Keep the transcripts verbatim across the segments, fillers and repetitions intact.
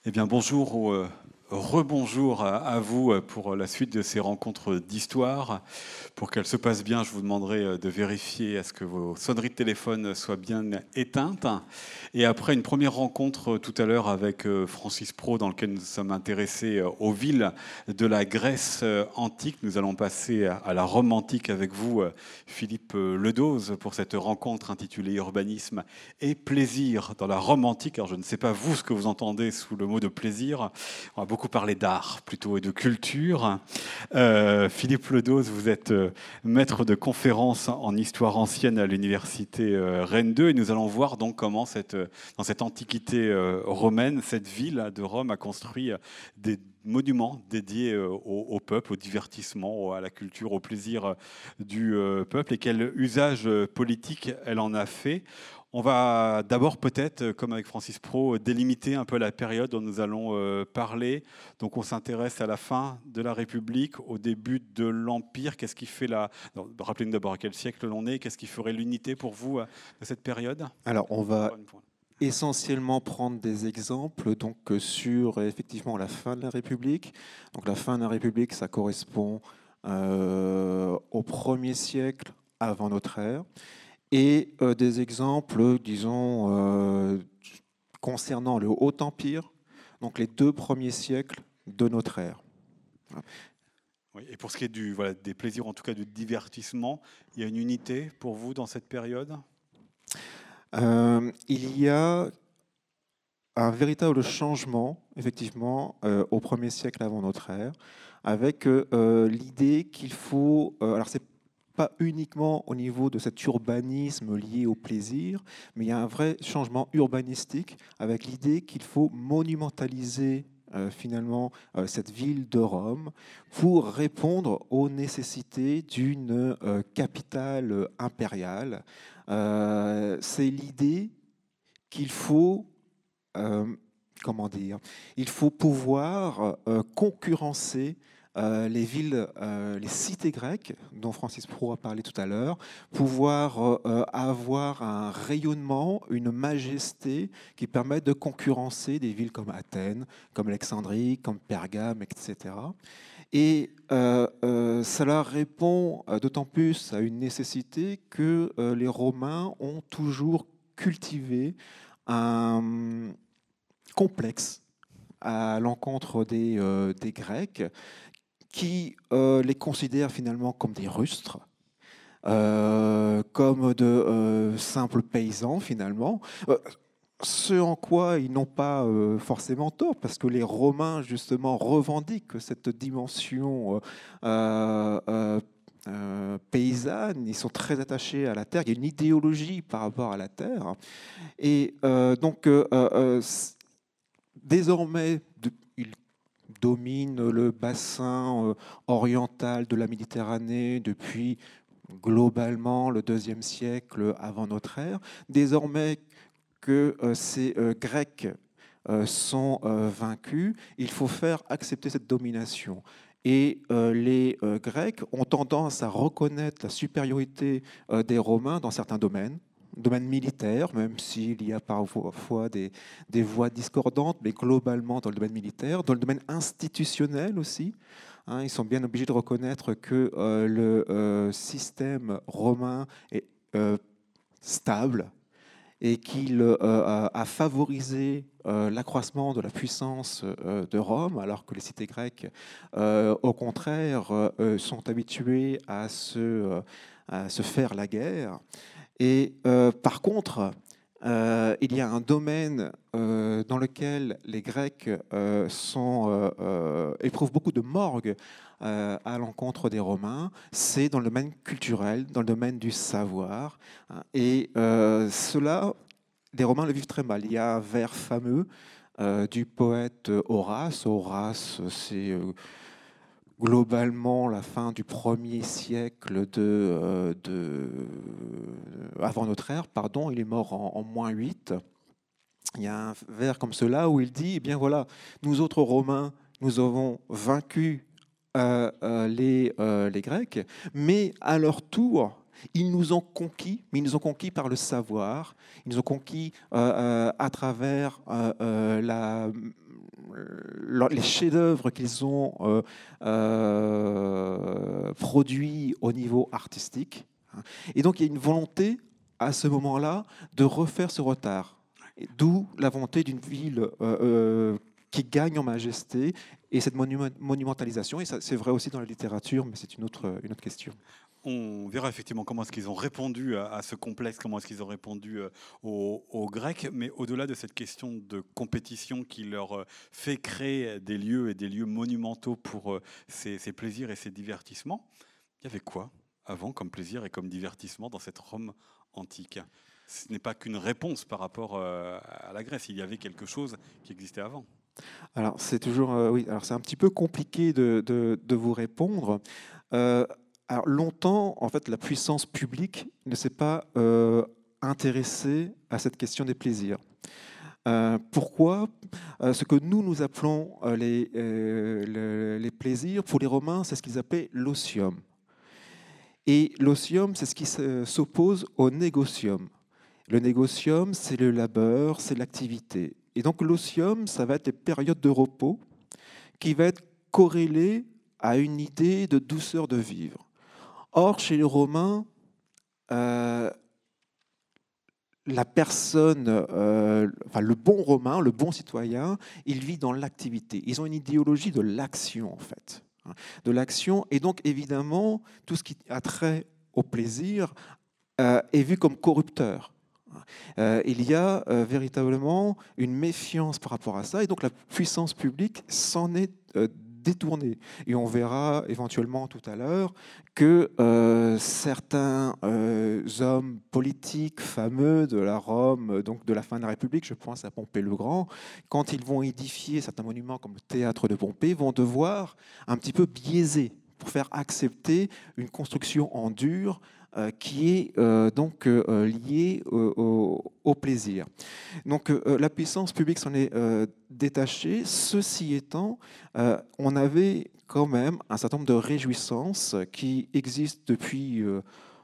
Eh bien, bonjour ou euh, rebonjour à, à vous euh, pour la suite de ces rencontres d'histoire. Pour qu'elles se passent bien, je vous demanderai euh, de vérifier à ce que vos sonneries de téléphone soient bien éteintes. Et après une première rencontre euh, tout à l'heure avec euh, Francis Pro, dans lequel nous sommes intéressés euh, aux villes de la Grèce euh, antique, nous allons passer à, à la Rome antique avec vous, euh, Philippe euh, Ledoz, pour cette rencontre intitulée Urbanisme et plaisir dans la Rome antique. Alors je ne sais pas vous ce que vous entendez sous le mot de plaisir. On va beaucoup parler d'art plutôt et de culture. Euh, Philippe Ledoz, vous êtes euh, maître de conférences en histoire ancienne à l'université euh, Rennes deux et nous allons voir donc comment cette, euh, dans cette antiquité euh, romaine, cette ville de Rome a construit euh, des monuments dédiés euh, au, au peuple, au divertissement, à la culture, au plaisir euh, du euh, peuple et quel usage euh, politique elle en a fait. On va d'abord peut-être, comme avec Francis Pro, délimiter un peu la période dont nous allons euh, parler. Donc on s'intéresse à la fin de la République, au début de l'Empire. Qu'est-ce qui fait la... Non, rappelez-nous d'abord à quel siècle l'on est. Qu'est-ce qui ferait l'unité pour vous euh, de cette période? Alors, on va essentiellement prendre des exemples donc euh, sur euh, effectivement la fin de la République. Donc la fin de la République, ça correspond euh, au premier siècle avant notre ère, et euh, des exemples, disons, euh, concernant le Haut Empire, donc les deux premiers siècles de notre ère. Oui, et pour ce qui est du, voilà, des plaisirs, en tout cas du divertissement, il y a une unité pour vous dans cette période? Euh, il y a un véritable changement, effectivement, euh, au premier siècle avant notre ère, avec euh, l'idée qu'il faut... Euh, alors, c'est pas uniquement au niveau de cet urbanisme lié au plaisir, mais il y a un vrai changement urbanistique avec l'idée qu'il faut monumentaliser euh, finalement euh, cette ville de Rome pour répondre aux nécessités d'une euh, capitale impériale. Euh, c'est l'idée qu'il faut euh, comment dire, il faut pouvoir euh, concurrencer euh, les villes, euh, les cités grecques, dont Francis Pro a parlé tout à l'heure, pouvoir euh, avoir un rayonnement, une majesté qui permettent de concurrencer des villes comme Athènes, comme Alexandrie, comme Pergame, et cetera. Et euh, euh, cela répond euh, d'autant plus à une nécessité que euh, les Romains ont toujours cultivé un complexe à l'encontre des, euh, des Grecs qui euh, les considèrent finalement comme des rustres, euh, comme de euh, simples paysans finalement. Euh, ce en quoi ils n'ont pas euh, forcément tort, parce que les Romains justement revendiquent cette dimension euh, euh, euh, paysanne, ils sont très attachés à la terre, il y a une idéologie par rapport à la terre. Et euh, donc, euh, euh, désormais, de, il domine le bassin euh, oriental de la Méditerranée depuis globalement le deuxième siècle avant notre ère. Désormais que euh, ces euh, Grecs euh, sont euh, vaincus, il faut faire accepter cette domination. Et euh, les euh, Grecs ont tendance à reconnaître la supériorité euh, des Romains dans certains domaines, domaine militaire, même s'il y a parfois des, des voix discordantes, mais globalement dans le domaine militaire, dans le domaine institutionnel aussi. Hein, ils sont bien obligés de reconnaître que euh, le euh, système romain est euh, stable et qu'il euh, a favorisé euh, l'accroissement de la puissance euh, de Rome, alors que les cités grecques, euh, au contraire, euh, sont habituées à se, euh, à se faire la guerre. Et euh, par contre, euh, il y a un domaine euh, dans lequel les Grecs euh, sont, euh, euh, éprouvent beaucoup de morgue euh, à l'encontre des Romains, c'est dans le domaine culturel, dans le domaine du savoir. Hein. Et euh, cela, les Romains le vivent très mal. Il y a un vers fameux euh, du poète Horace. Horace, c'est... Euh, globalement la fin du premier siècle de, euh, de, avant notre ère, pardon, il est mort en, en moins huit. Il y a un vers comme cela où il dit, eh bien voilà, nous autres Romains, nous avons vaincu euh, euh, les, euh, les Grecs, mais à leur tour, ils nous ont conquis, mais ils nous ont conquis par le savoir, ils nous ont conquis euh, euh, à travers euh, euh, la leur- les chefs-d'œuvre qu'ils ont euh, euh, produits au niveau artistique. Et donc, il y a une volonté, à ce moment-là, de refaire ce retard. Et d'où la volonté d'une ville euh, euh, qui gagne en majesté et cette monument- monumentalisation. Et ça, c'est vrai aussi dans la littérature, mais c'est une autre, une autre question. On verra effectivement comment est-ce qu'ils ont répondu à, à ce complexe, comment est-ce qu'ils ont répondu euh, aux, aux Grecs, mais au-delà de cette question de compétition qui leur euh, fait créer des lieux et des lieux monumentaux pour euh, ces, ces plaisirs et ces divertissements, il y avait quoi avant comme plaisir et comme divertissement dans cette Rome antique? Ce n'est pas qu'une réponse par rapport euh, à la Grèce, il y avait quelque chose qui existait avant. Alors, c'est toujours, euh, oui, alors c'est un petit peu compliqué de, de- de vous répondre. Euh, alors, longtemps, en fait, la puissance publique ne s'est pas euh, intéressée à cette question des plaisirs. Euh, pourquoi? Euh, Ce que nous, nous appelons euh, les, euh, le- les plaisirs, pour les Romains, c'est ce qu'ils appelaient l'osium. Et l'osium, c'est ce qui se- s'oppose au négocium. Le négocium, c'est le labeur, c'est l'activité. Et donc l'osium, ça va être les périodes de repos qui va être corrélées à une idée de douceur de vivre. Or, chez les Romains, euh, la personne, euh, enfin le bon Romain, le bon citoyen, il vit dans l'activité. Ils ont une idéologie de l'action, en fait. De l'action. Et donc, évidemment, tout ce qui a trait au plaisir euh, est vu comme corrupteur. Euh, il y a euh, véritablement une méfiance par rapport à ça, et donc la puissance publique s'en est euh, détournée. Et on verra éventuellement tout à l'heure que euh, certains euh, hommes politiques fameux de la Rome, donc de la fin de la République, je pense à Pompée le Grand, quand ils vont édifier certains monuments comme le théâtre de Pompée, vont devoir un petit peu biaiser pour faire accepter une construction en dur euh, qui est euh, donc euh, liée au, au, au plaisir. Donc euh, la puissance publique s'en est euh, détachée. Ceci étant, euh, on avait quand même un certain nombre de réjouissances qui existent depuis euh,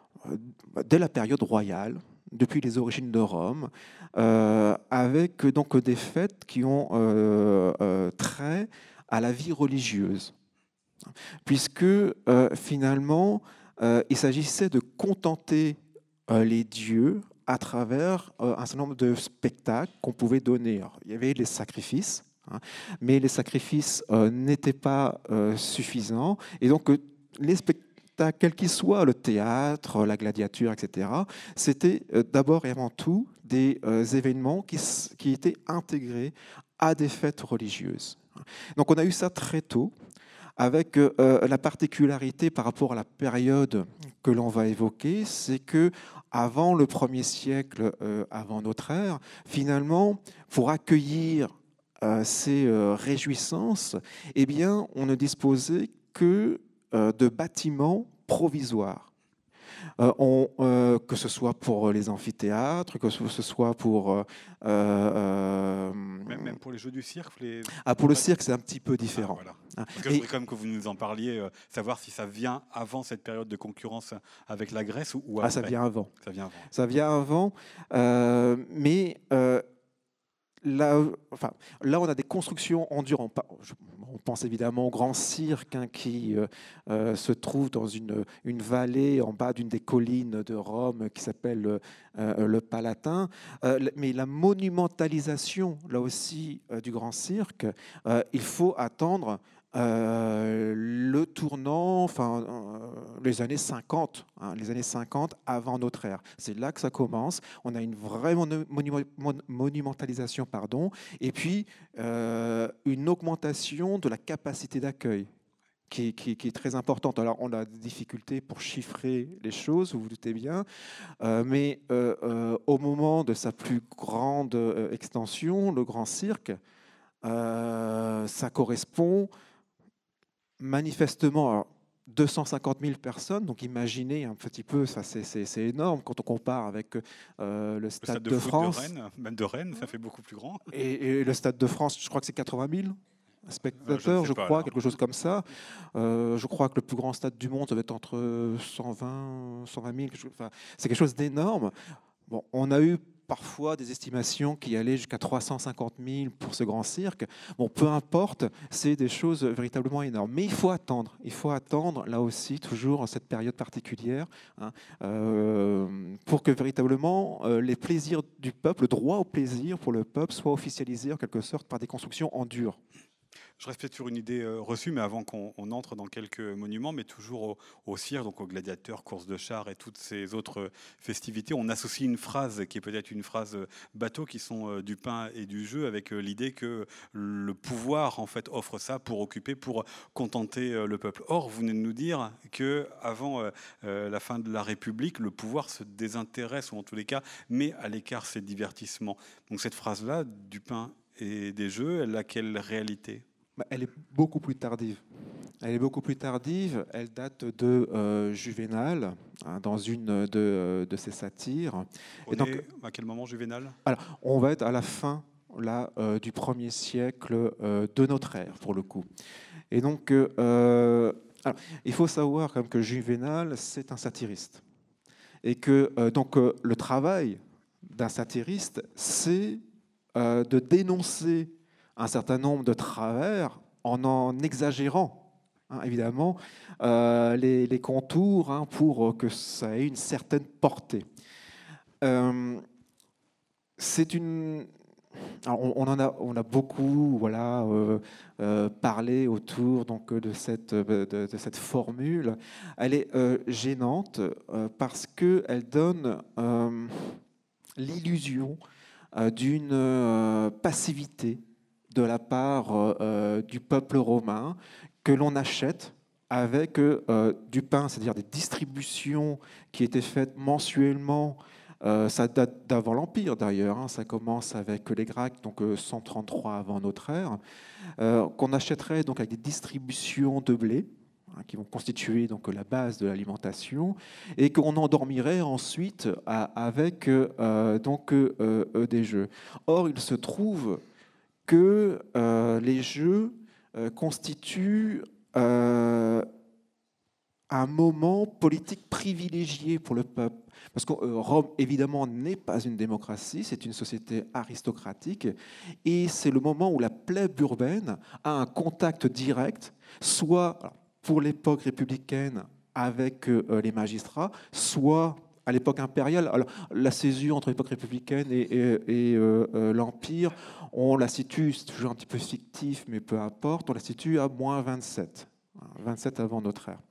dès la période royale, depuis les origines de Rome, euh, avec donc des fêtes qui ont euh, euh, trait à la vie religieuse, puisque euh, finalement, euh, il s'agissait de contenter euh, les dieux à travers euh, un certain nombre de spectacles qu'on pouvait donner. Alors, il y avait les sacrifices, hein, mais les sacrifices euh, n'étaient pas euh, suffisants, et donc euh, les spectacles, quels qu'ils soient, le théâtre, la gladiature, et cetera, c'était euh, d'abord et avant tout des euh, événements qui, qui étaient intégrés à des fêtes religieuses. Donc on a eu ça très tôt, avec euh, la particularité par rapport à la période que l'on va évoquer, c'est que avant le premier siècle, euh, avant notre ère, finalement, pour accueillir euh, ces euh, réjouissances, eh bien, on ne disposait que euh, de bâtiments provisoires. Euh, on, euh, que ce soit pour les amphithéâtres, que ce soit pour... euh, euh, Même, même pour les jeux du cirque, les... ah, pour le cirque, c'est un petit peu différent. Ah, voilà. Hein. Parce que je Et- voudrais quand même que vous nous en parliez, euh, savoir si ça vient avant cette période de concurrence avec la Grèce ou, ou ah, après. ça vient avant. Ça vient avant. Ça vient avant, euh, mais euh, là, enfin, là, on a des constructions endurantes. On pense évidemment au grand cirque hein, qui euh, euh, se trouve dans une, une vallée en bas d'une des collines de Rome qui s'appelle euh, le Palatin. Euh, mais la monumentalisation, là aussi, euh, du grand cirque, euh, il faut attendre euh, le tournant, enfin, euh, les années cinquante, hein, les années cinquante avant notre ère. C'est là que ça commence. On a une vraie monu- monu- mon- monumentalisation, pardon, et puis euh, une augmentation de la capacité d'accueil. Qui, qui- qui est très importante. Alors, on a des difficultés pour chiffrer les choses, vous vous doutez bien, euh, mais euh, euh, au moment de sa plus grande euh, extension, le Grand Cirque, euh, ça correspond manifestement à deux cent cinquante mille personnes, donc imaginez un petit peu, ça c'est, c'est- c'est énorme quand on compare avec euh, le Le Stade, stade de, de foot France. de Rennes, même de Rennes, ça fait beaucoup plus grand. Et, et le Stade de France, je crois que c'est quatre-vingt mille spectateurs, sais je, pas, crois, alors. quelque chose comme ça. Euh, je crois que le plus grand stade du monde, ça va être entre cent vingt, cent vingt mille. Quelque chose- enfin, c'est quelque chose d'énorme. Bon, on a eu parfois des estimations qui allaient jusqu'à trois cent cinquante mille pour ce grand cirque. Bon, peu importe, c'est des choses véritablement énormes. Mais il faut attendre, il faut attendre, là aussi, toujours en cette période particulière, hein, euh, pour que véritablement euh, les plaisirs du peuple, le droit au plaisir pour le peuple, soit officialisé en quelque sorte par des constructions en dur. Je reste peut-être sur une idée euh, reçue, mais avant qu'on on entre dans quelques monuments, mais toujours au, au cirque, donc aux gladiateurs, courses de chars et toutes ces autres festivités, on associe une phrase qui est peut-être une phrase bateau, qui sont euh, du pain et du jeu, avec euh, l'idée que le pouvoir en fait offre ça pour occuper, pour contenter euh, le peuple. Or, vous venez de nous dire que avant euh, euh, la fin de la République, le pouvoir se désintéresse, ou en tous les cas met à l'écart ses divertissements. Donc cette phrase-là, du pain et des jeux, elle a quelle réalité ? Elle est beaucoup plus tardive. Elle est beaucoup plus tardive. Elle date de euh, Juvénal, hein, dans une de, de ses satires. On Et donc, est à quel moment, Juvénal ? Alors, on va être à la fin là, euh, du premier siècle euh, de notre ère, pour le coup. Et donc, euh, alors, il faut savoir quand même que Juvénal, c'est un satiriste. Et que euh, donc, euh, le travail d'un satiriste, c'est euh, de dénoncer un certain nombre de travers en en exagérant, hein, évidemment, euh, les, les contours, hein, pour que ça ait une certaine portée. Euh, c'est une... Alors on, on en a, on a beaucoup, voilà, euh, euh, parlé autour donc de cette, de, de cette formule. Elle est euh, gênante euh, parce que elle donne euh, l'illusion euh, d'une euh, passivité de la part euh, du peuple romain que l'on achète avec euh, du pain, c'est-à-dire des distributions qui étaient faites mensuellement. Euh, ça date d'avant l'Empire d'ailleurs, hein, ça commence avec les Grecs, donc euh, cent trente-trois avant notre ère, euh, qu'on achèterait donc avec des distributions de blé, hein, qui vont constituer donc la base de l'alimentation, et qu'on endormirait ensuite à, avec euh, donc euh, euh, des jeux. Or, il se trouve que euh, les jeux euh, constituent euh, un moment politique privilégié pour le peuple. Parce que euh, Rome, évidemment, n'est pas une démocratie, c'est une société aristocratique, et c'est le moment où la plèbe urbaine a un contact direct, soit alors, pour l'époque républicaine avec euh, les magistrats, soit à l'époque impériale. Alors, la césure entre l'époque républicaine et, et, et euh, euh, l'Empire, on la situe, c'est toujours un petit peu fictif, mais peu importe, on la situe à moins vingt-sept, vingt-sept avant notre ère.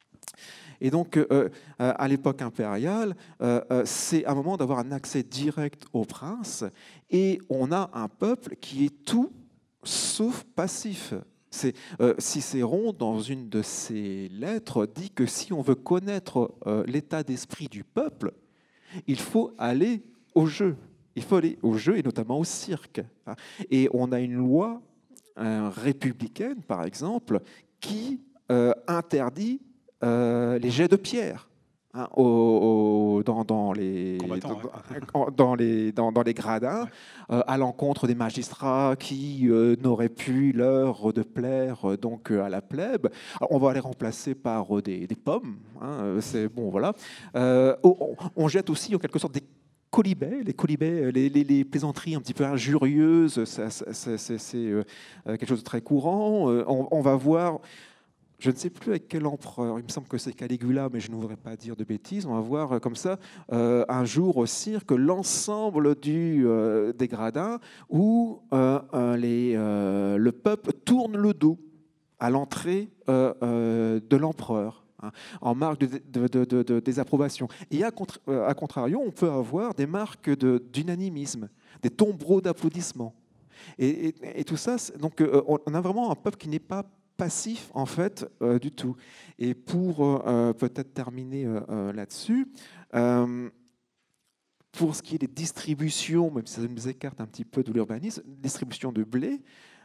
Et donc, euh, à l'époque impériale, euh, c'est un moment d'avoir un accès direct au prince, et on a un peuple qui est tout sauf passif. C'est, euh, Cicéron, dans une de ses lettres, dit que si on veut connaître euh, l'état d'esprit du peuple, il faut aller au jeu. Il faut aller au jeu, et notamment au cirque. Et on a une loi euh, républicaine, par exemple, qui euh, interdit Euh, les jets de pierre, hein, au, au, dans, dans, les, dans, ouais. dans, les, dans, dans les gradins, ouais. euh, à l'encontre des magistrats qui euh, n'auraient plus l'heure de plaire donc, à la plèbe. Alors, on va les remplacer par euh, des, des pommes. Hein, c'est, bon, voilà. euh, on, on jette aussi en quelque sorte des colibets, les colibets, les, les, les plaisanteries un petit peu injurieuses, ça, ça, ça, c'est, c'est euh, quelque chose de très courant. Euh, on, on va voir... Je ne sais plus avec quel empereur, il me semble que c'est Caligula, mais je ne voudrais pas dire de bêtises. On va voir comme ça euh, un jour au cirque l'ensemble du, euh, des gradins où euh, euh, les, euh, le peuple tourne le dos à l'entrée euh, euh, de l'empereur, hein, en marque de, de, de, de, de désapprobation. Et à, contra à contrario, on peut avoir des marques d'unanimisme, des tombereaux d'applaudissements. Et, et, et tout ça, donc euh, on a vraiment un peuple qui n'est pas passif en fait euh, du tout. Et pour euh, peut-être terminer euh, là-dessus, euh, pour ce qui est des distributions, même si ça nous écarte un petit peu de l'urbanisme, distribution de blé,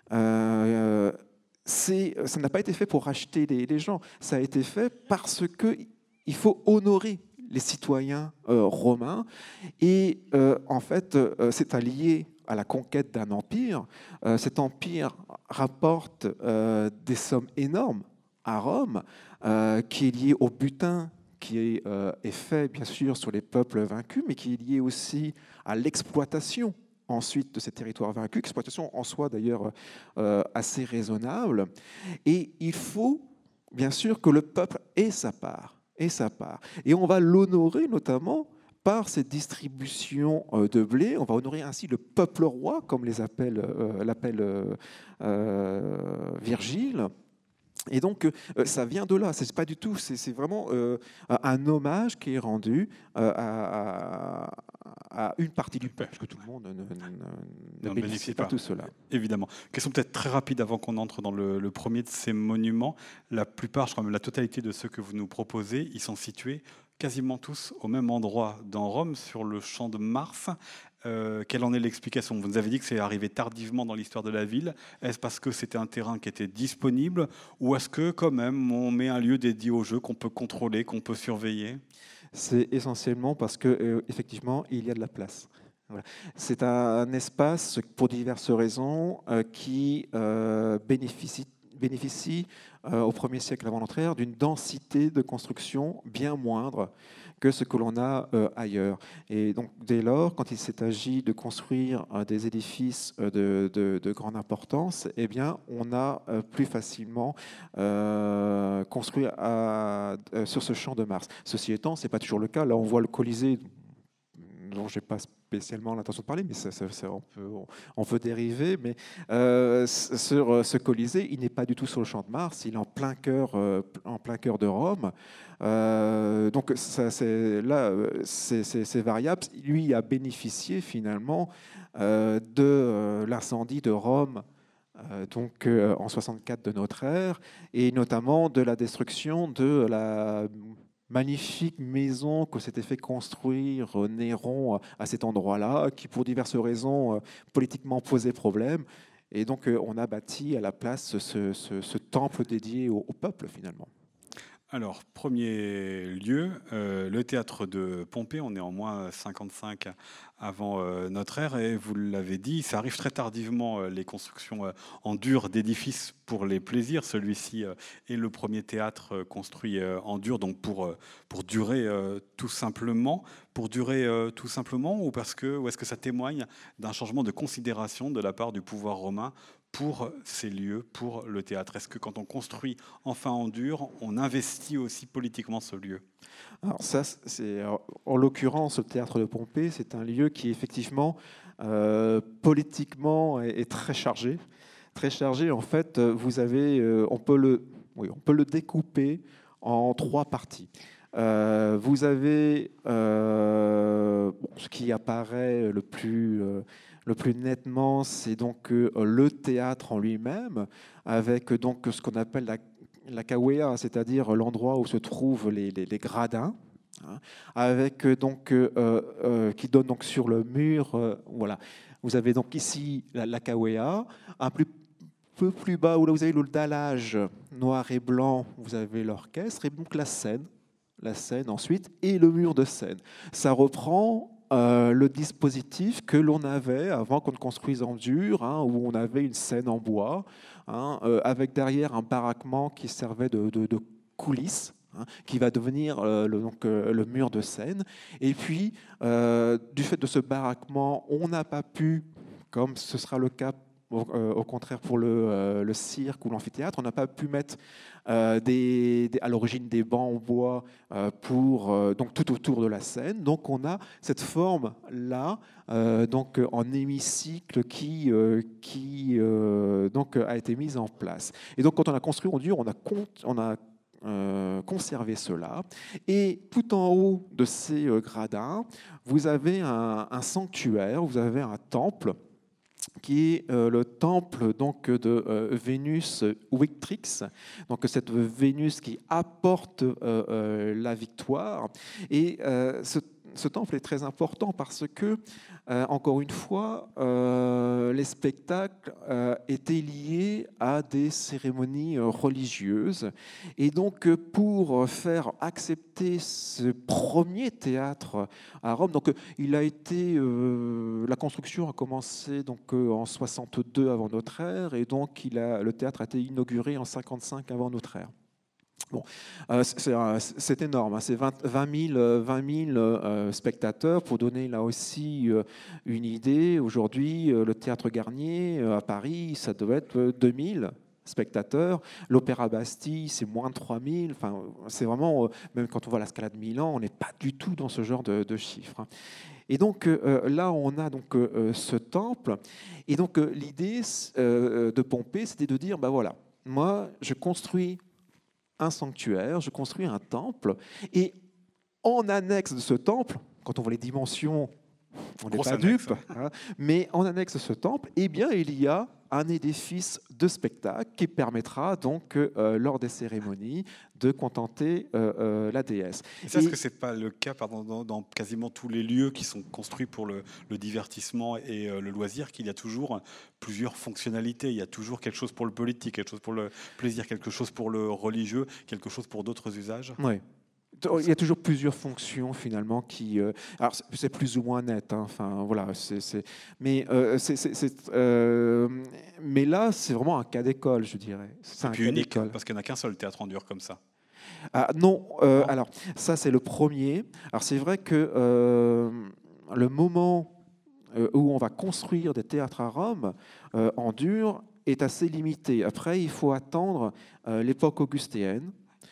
euh, c'est, ça n'a pas été fait pour racheter les, les gens, ça a été fait parce qu'il faut honorer les citoyens euh, romains, et euh, en fait euh, c'est allié à la conquête d'un empire. Euh, cet empire rapporte euh, des sommes énormes à Rome, euh, qui est lié au butin qui est, euh, est fait bien sûr sur les peuples vaincus, mais qui est lié aussi à l'exploitation ensuite de ces territoires vaincus, exploitation en soi d'ailleurs euh, assez raisonnable. Et il faut bien sûr que le peuple ait sa part, ait sa part. Et on va l'honorer notamment par cette distribution de blé. On va honorer ainsi le peuple roi, comme les appelle, euh, l'appelle euh, euh, Virgile. Et donc, euh, ça vient de là. C'est pas du tout. C'est vraiment euh, un hommage qui est rendu euh, à, à, à une partie du peuple, parce que tout le monde ne, ne, ne, ne bénéficie pas de tout cela. Évidemment. Question peut-être très rapide avant qu'on entre dans le, le premier de ces monuments. La plupart, je crois même la totalité de ceux que vous nous proposez, ils sont situés quasiment tous au même endroit dans Rome, sur le champ de Mars. Euh, quelle en est l'explication? Vous nous avez dit que c'est arrivé tardivement dans l'histoire de la ville. Est-ce parce que c'était un terrain qui était disponible, ou est-ce que quand même on met un lieu dédié au jeu qu'on peut contrôler, qu'on peut surveiller? C'est essentiellement parce que euh, effectivement il y a de la place. Voilà. C'est un, un espace pour diverses raisons euh, qui euh, bénéficie bénéficie euh, au premier siècle avant notre ère d'une densité de construction bien moindre que ce que l'on a euh, ailleurs. Et donc, dès lors, quand il s'est agi de construire euh, des édifices euh, de, de, de grande importance, eh bien, on a euh, plus facilement euh, construit à, euh, sur ce champ de Mars. Ceci étant, ce n'est pas toujours le cas. Là, on voit le Colisée, dont je n'ai pas spécialement l'intention de parler, mais ça, ça, ça, on, peut, on, on peut dériver. Mais euh, sur ce Colisée, il n'est pas du tout sur le champ de Mars, il est en plein cœur, euh, en plein cœur de Rome. Euh, donc ça, là, c'est variable. Lui a bénéficié finalement euh, de euh, l'incendie de Rome. Euh, donc euh, en soixante-quatre de notre ère, et notamment de la destruction de la magnifique maison que s'était fait construire Néron à cet endroit-là, qui pour diverses raisons politiquement posait problème. Et donc on a bâti à la place ce, ce, ce temple dédié au, au peuple finalement. Alors, premier lieu, euh, le théâtre de Pompée. On est en moins cinquante-cinq avant euh, notre ère, et vous l'avez dit, ça arrive très tardivement, euh, les constructions euh, en dur d'édifices pour les plaisirs. Celui-ci euh, est le premier théâtre euh, construit euh, en dur, donc pour, euh, pour durer euh, tout simplement. Pour durer euh, tout simplement, ou parce que, ou est-ce que ça témoigne d'un changement de considération de la part du pouvoir romain pour ces lieux, pour le théâtre? Est-ce que quand on construit enfin en dur, on investit aussi politiquement ce lieu? Alors ça, c'est, en l'occurrence, le théâtre de Pompée, c'est un lieu qui effectivement euh, politiquement est, est très chargé. Très chargé. En fait, vous avez, euh, on peut le, oui, on peut le découper en trois parties. Euh, vous avez euh, bon, ce qui apparaît le plus, euh, le plus nettement, c'est donc euh, le théâtre en lui-même, avec donc ce qu'on appelle la, la cavea, c'est-à-dire l'endroit où se trouvent les, les, les gradins, hein, avec donc euh, euh, qui donne donc sur le mur. Euh, voilà, vous avez donc ici la, la cavea, un plus peu plus bas où là vous avez le dallage noir et blanc, vous avez l'orchestre et donc la scène. La scène ensuite, et le mur de scène. Ça reprend euh, le dispositif que l'on avait avant qu'on ne construise en dur, hein, où on avait une scène en bois, hein, euh, avec derrière un baraquement qui servait de, de, de coulisses, hein, qui va devenir euh, le, donc, euh, le mur de scène. Et puis, euh, du fait de ce baraquement, on n'a pas pu, comme ce sera le cas Au, euh, au contraire, pour le, euh, le cirque ou l'amphithéâtre, on n'a pas pu mettre euh, des, des, à l'origine des bancs en bois euh, pour, euh, donc tout autour de la scène. Donc on a cette forme-là, euh, donc en hémicycle qui, euh, qui euh, donc, a été mise en place. Et donc quand on a construit en dur, on a, on a euh, conservé cela. Et tout en haut de ces euh, gradins, vous avez un, un sanctuaire, vous avez un temple, qui est euh, le temple donc, de euh, Vénus Victrix, donc cette Vénus qui apporte euh, euh, la victoire. Et euh, ce, ce temple est très important parce que, euh, encore une fois, euh, les spectacles euh, étaient liés à des cérémonies euh, religieuses. Et donc, pour faire accepter ce premier théâtre à Rome, donc il a été, euh, la construction a commencé donc euh, en soixante-deux avant notre ère, et donc il a, le théâtre a été inauguré en cinquante-cinq avant notre ère. Bon, euh, c'est énorme, hein, c'est vingt mille euh, spectateurs. Pour donner là aussi euh, une idée, aujourd'hui, euh, le Théâtre Garnier euh, à Paris, ça doit être euh, deux mille spectateurs. L'Opéra Bastille, c'est moins de trois mille. Enfin, c'est vraiment, euh, même quand on voit la Scala de Milan, on n'est pas du tout dans ce genre de, de chiffres. Hein. Et donc euh, là, on a donc euh, ce temple. Et donc euh, l'idée euh, de Pompée, c'était de dire, bah voilà, moi, je construis un sanctuaire, je construis un temple, et en annexe de ce temple, quand on voit les dimensions, on n'est pas dupe, hein, mais en annexe de ce temple, eh bien, il y a un édifice de spectacle qui permettra donc, euh, lors des cérémonies, de contenter euh, euh, la déesse. Et ça, est-ce que ce n'est pas le cas pardon, dans, dans quasiment tous les lieux qui sont construits pour le, le divertissement et euh, le loisir, qu'il y a toujours plusieurs fonctionnalités? Il y a toujours quelque chose pour le politique, quelque chose pour le plaisir, quelque chose pour le religieux, quelque chose pour d'autres usages? Oui. Il y a toujours plusieurs fonctions finalement qui. Euh, alors c'est plus ou moins net. Hein, enfin voilà. C'est, c'est, mais euh, c'est, c'est, c'est, euh, mais là c'est vraiment un cas d'école, je dirais. C'est et un puis cas unique, d'école. Parce qu'il n'y en a qu'un seul théâtre en dur comme ça. Ah, non. Euh, non. Alors ça c'est le premier. Alors c'est vrai que euh, le moment où on va construire des théâtres à Rome euh, en dur est assez limité. Après il faut attendre euh, l'époque augustéenne.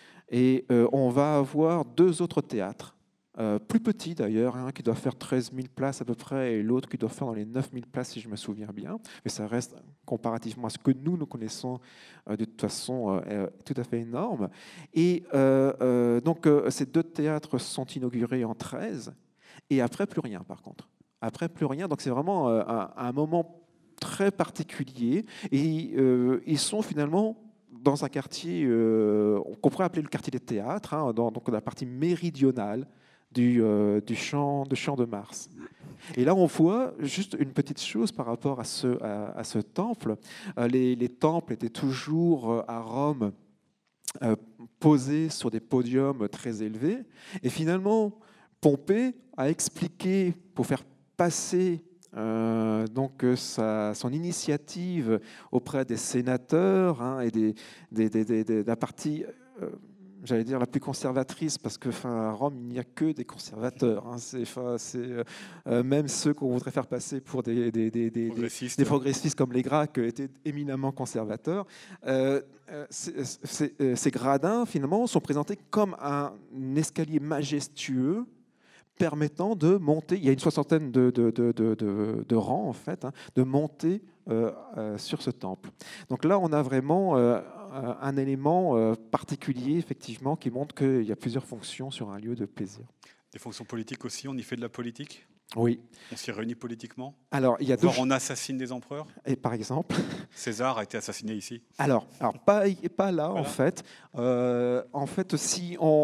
Et euh, on va avoir deux autres théâtres, euh, plus petits d'ailleurs, un qui doit faire treize mille places à peu près, et l'autre qui doit faire dans les neuf mille places si je me souviens bien. Mais ça reste, comparativement à ce que nous, nous connaissons, euh, de toute façon euh, tout à fait énorme. Et euh, euh, donc euh, ces deux théâtres sont inaugurés en treize, et après plus rien par contre. Après plus rien, donc c'est vraiment euh, un, un moment très particulier, et euh, ils sont finalement dans un quartier euh, qu'on pourrait appeler le quartier des théâtres, hein, dans, donc dans la partie méridionale du, euh, du champ, de Champ de Mars. Et là, on voit juste une petite chose par rapport à ce, à, à ce temple. Euh, les, les temples étaient toujours euh, à Rome euh, posés sur des podiums très élevés. Et finalement, Pompée a expliqué, pour faire passer Euh, donc sa, son initiative auprès des sénateurs hein, et des, des, des, des, de la partie, euh, j'allais dire, la plus conservatrice, parce que à Rome, il n'y a que des conservateurs. Hein, c'est, c'est, euh, même ceux qu'on voudrait faire passer pour des, des, des, des, progressistes. des, des progressistes comme les Gracques étaient éminemment conservateurs. Euh, ces, ces, ces gradins, finalement, sont présentés comme un escalier majestueux permettant de monter, il y a une soixantaine de, de, de, de, de, de rangs en fait, hein, de monter euh, euh, sur ce temple. Donc là, on a vraiment euh, un élément euh, particulier, effectivement, qui montre qu'il y a plusieurs fonctions sur un lieu de plaisir. Des fonctions politiques aussi, on y fait de la politique? Oui. On s'y réunit politiquement? Alors, il y a Voire deux... on assassine des empereurs? Et par exemple César a été assassiné ici? Alors, alors pas, pas là, voilà. en fait. Euh, en fait, si en,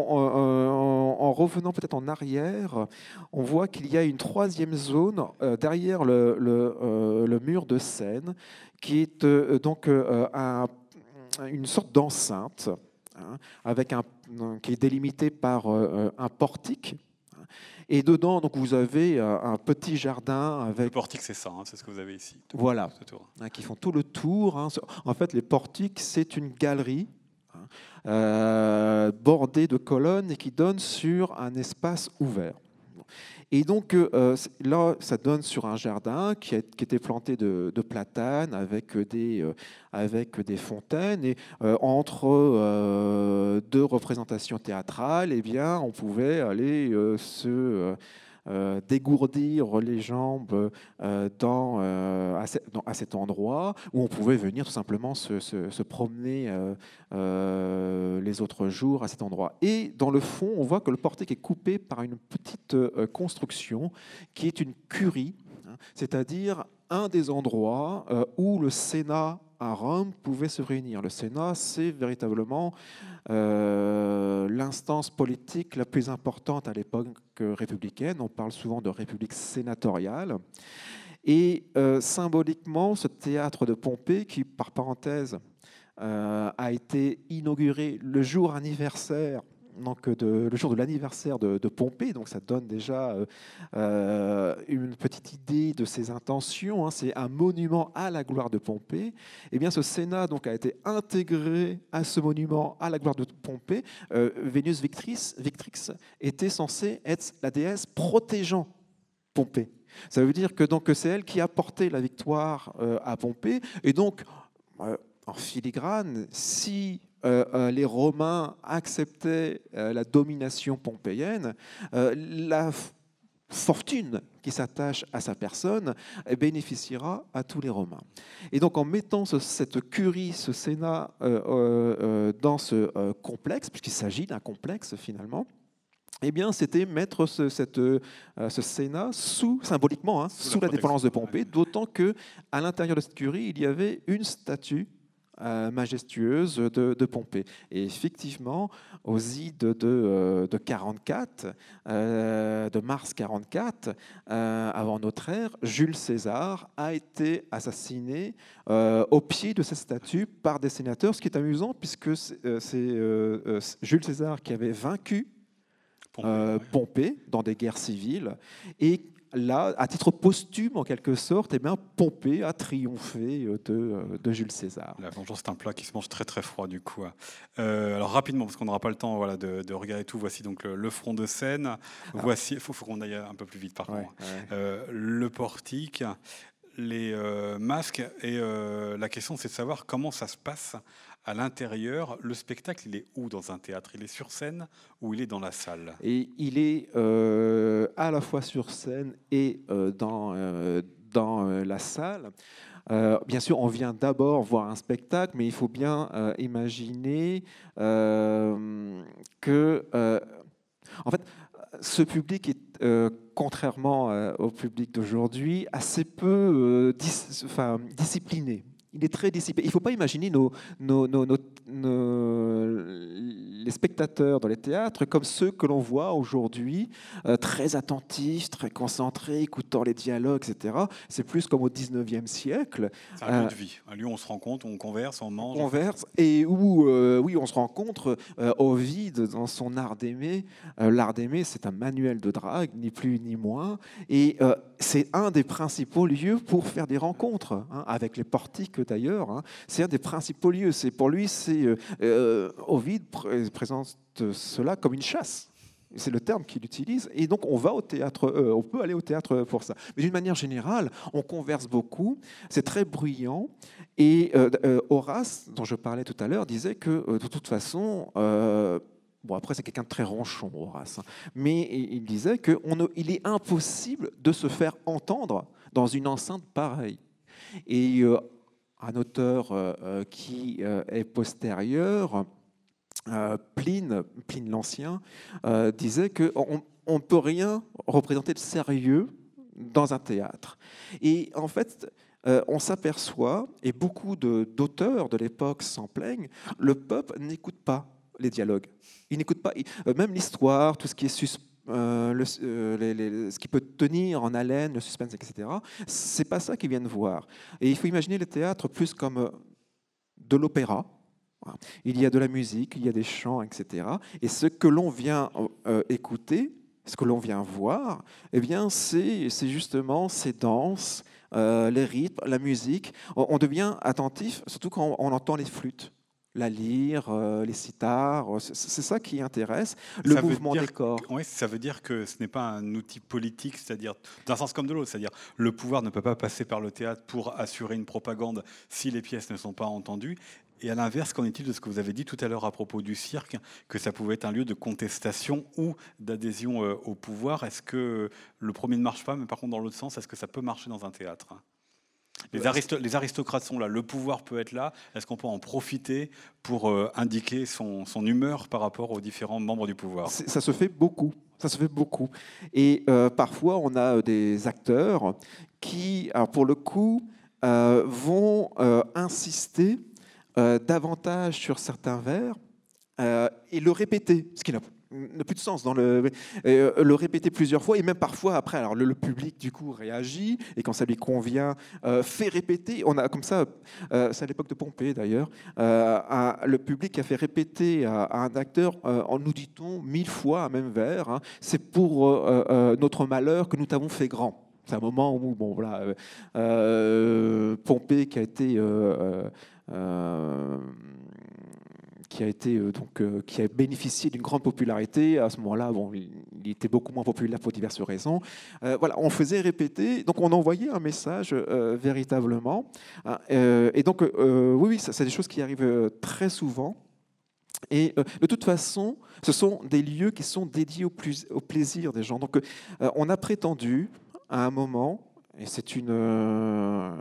en, en revenant peut-être en arrière, on voit qu'il y a une troisième zone euh, derrière le, le, euh, le mur de Seine, qui est euh, donc euh, un, une sorte d'enceinte, hein, avec un, qui est délimitée par euh, un portique. Et dedans, donc, vous avez un petit jardin avec... Le portique, c'est ça, hein, c'est ce que vous avez ici. Voilà, hein, qui font tout le tour. Hein. En fait, les portiques, c'est une galerie hein, euh, bordée de colonnes et qui donne sur un espace ouvert. Et donc euh, là, ça donne sur un jardin qui, est, qui était planté de, de platanes avec des, euh, avec des fontaines. Et euh, entre euh, deux représentations théâtrales, eh bien, on pouvait aller euh, se euh, euh, dégourdir les jambes euh, dans, euh, à, ce, dans, à cet endroit où on pouvait venir tout simplement se, se, se promener euh, euh, les autres jours à cet endroit. Et dans le fond, on voit que le portique est coupé par une petite euh, construction qui est une curie, hein, c'est-à-dire un des endroits euh, où le Sénat à Rome pouvait se réunir. Le Sénat, c'est véritablement euh, l'instance politique la plus importante à l'époque républicaine. On parle souvent de république sénatoriale. Et euh, symboliquement, ce théâtre de Pompée, qui, par parenthèse, euh, a été inauguré le jour anniversaire donc de, le jour de l'anniversaire de, de Pompée, donc ça donne déjà euh, une petite idée de ses intentions. Hein. C'est un monument à la gloire de Pompée. Eh bien, ce Sénat donc a été intégré à ce monument à la gloire de Pompée. Euh, Vénus Victrix, Victrix était censée être la déesse protégeant Pompée. Ça veut dire que donc c'est elle qui a porté la victoire euh, à Pompée, et donc euh, en filigrane, si euh, euh, les Romains acceptaient euh, la domination pompéienne, euh, la f- fortune qui s'attache à sa personne eh, bénéficiera à tous les Romains. Et donc en mettant ce- cette curie, ce Sénat euh, euh, euh, dans ce euh, complexe, puisqu'il s'agit d'un complexe finalement, eh bien, c'était mettre ce, cette, euh, ce Sénat sous, symboliquement, hein, Sous sous la la dépendance de Pompée, protection, ouais. d'autant que à l'intérieur de cette curie, il y avait une statue euh, majestueuse de, de Pompée. Et effectivement, aux ides de, euh, de quarante-quatre, euh, de mars quarante-quatre, euh, avant notre ère, Jules César a été assassiné euh, au pied de cette statue par des sénateurs, ce qui est amusant puisque c'est euh, c'est, euh, euh, Jules César qui avait vaincu Pompée, euh, ouais. Pompée dans des guerres civiles. Et là, à titre posthume, en quelque sorte, eh bien, Pompée a triomphé de, de Jules César. La vengeance, c'est un plat qui se mange très très froid du coup. Euh, alors rapidement, parce qu'on n'aura pas le temps voilà, de, de regarder tout, voici donc le, le front de scène. Voici, il faut, faut qu'on aille un peu plus vite par Ouais, contre. ouais. Euh, le portique, les euh, masques, et euh, la question c'est de savoir comment ça se passe à l'intérieur. Le spectacle, il est où dans un théâtre? Il est sur scène ou il est dans la salle? Et il est euh, à la fois sur scène et euh, dans, euh, dans euh, la salle. Euh, bien sûr, on vient d'abord voir un spectacle, mais il faut bien euh, imaginer euh, que, euh, en fait, ce public est, euh, contrairement euh, au public d'aujourd'hui, assez peu euh, dis- enfin, discipliné. Il est très discipliné. Il ne faut pas imaginer nos, nos- nos- nos- nos- les spectateurs dans les théâtres comme ceux que l'on voit aujourd'hui, euh, très attentifs, très concentrés, écoutant les dialogues, et cetera. C'est plus comme au dix-neuvième siècle. C'est un Euh, lieu de vie, un lieu où on se rencontre, on converse, on mange. En fait. converse et où euh, oui on se rencontre euh, Ovide dans son art d'aimer. Euh, l'art d'aimer, c'est un manuel de drague, ni plus ni moins, et euh, c'est un des principaux lieux pour faire des rencontres, hein, avec les portiques d'ailleurs, hein. C'est un des principaux lieux. C'est pour lui, c'est euh, euh, Ovide pr- présente cela comme une chasse. C'est le terme qu'il utilise. Et donc, on va au théâtre, euh, on peut aller au théâtre pour ça. Mais d'une manière générale, on converse beaucoup. C'est très bruyant. Et euh, euh, Horace, dont je parlais tout à l'heure, disait que euh, de toute façon, euh, bon après c'est quelqu'un de très ronchon, Horace, hein, mais il il disait qu'il est impossible de se faire entendre dans une enceinte pareille. Et euh, un auteur euh, euh, qui euh, est postérieur, euh, Pline, Pline l'Ancien, euh, disait qu'on ne peut rien représenter de sérieux dans un théâtre. Et en fait, euh, on s'aperçoit, et beaucoup de- d'auteurs de, l'époque s'en plaignent, le peuple n'écoute pas les dialogues. Il n'écoute pas, il- euh, même l'histoire, tout ce qui est sus- euh, le- euh, les- les- ce qui peut tenir en haleine, le suspense, et cetera. C'est pas ça qu'ils viennent voir. Et il faut imaginer le théâtre plus comme euh, de l'opéra. Voilà. Il y a de la musique, il y a des chants, et cetera. Et ce que l'on vient euh, écouter, ce que l'on vient voir, eh bien, c'est c'est justement ces danses, euh, les rythmes, la musique. On, on devient attentif, surtout quand on, on entend les flûtes, la lyre, euh, les sitars. C'est c'est ça qui intéresse, le Ça veut mouvement dire des corps. que- ouais, ça veut dire que ce n'est pas un outil politique, c'est-à-dire d'un sens comme de l'autre, c'est-à-dire le pouvoir ne peut pas passer par le théâtre pour assurer une propagande si les pièces ne sont pas entendues. Et à l'inverse, qu'en est-il de ce que vous avez dit tout à l'heure à propos du cirque, que ça pouvait être un lieu de contestation ou d'adhésion euh, au pouvoir? Est-ce que le premier ne marche pas, mais par contre dans l'autre sens, est-ce que ça peut marcher dans un théâtre? Les, aristo- les aristocrates sont là, le pouvoir peut être là. Est-ce qu'on peut en profiter pour euh, indiquer son, son humeur par rapport aux différents membres du pouvoir? C'est- Ça se fait beaucoup. Ça se fait beaucoup. Et euh, parfois, on a des acteurs qui, alors pour le coup, euh, vont euh, insister euh, davantage sur certains vers euh, et le répéter, ce qui n'a n'a plus de sens. Dans le, euh, le répéter plusieurs fois, et même parfois après, alors le, le public du coup réagit, et quand ça lui convient, euh, fait répéter. On a comme ça, euh, c'est à l'époque de Pompée d'ailleurs, euh, un- le public a fait répéter à, à un acteur, euh, en nous dit-on, mille fois un même vers, hein, c'est pour euh, euh, notre malheur que nous t'avons fait grand. C'est un moment où, bon, voilà, euh, euh, Pompée qui a été euh, euh, qui a été euh, donc euh, qui a bénéficié d'une grande popularité à ce moment-là. Bon, il, il était beaucoup moins populaire pour diverses raisons. Euh, voilà, on faisait répéter, donc on envoyait un message euh, véritablement. Hein, euh, et donc, euh, oui, oui, ça, c'est des choses qui arrivent euh, très souvent. Et euh, de toute façon, ce sont des lieux qui sont dédiés au, plus, au plaisir des gens. Donc, euh, on a prétendu à un moment, et c'est une euh,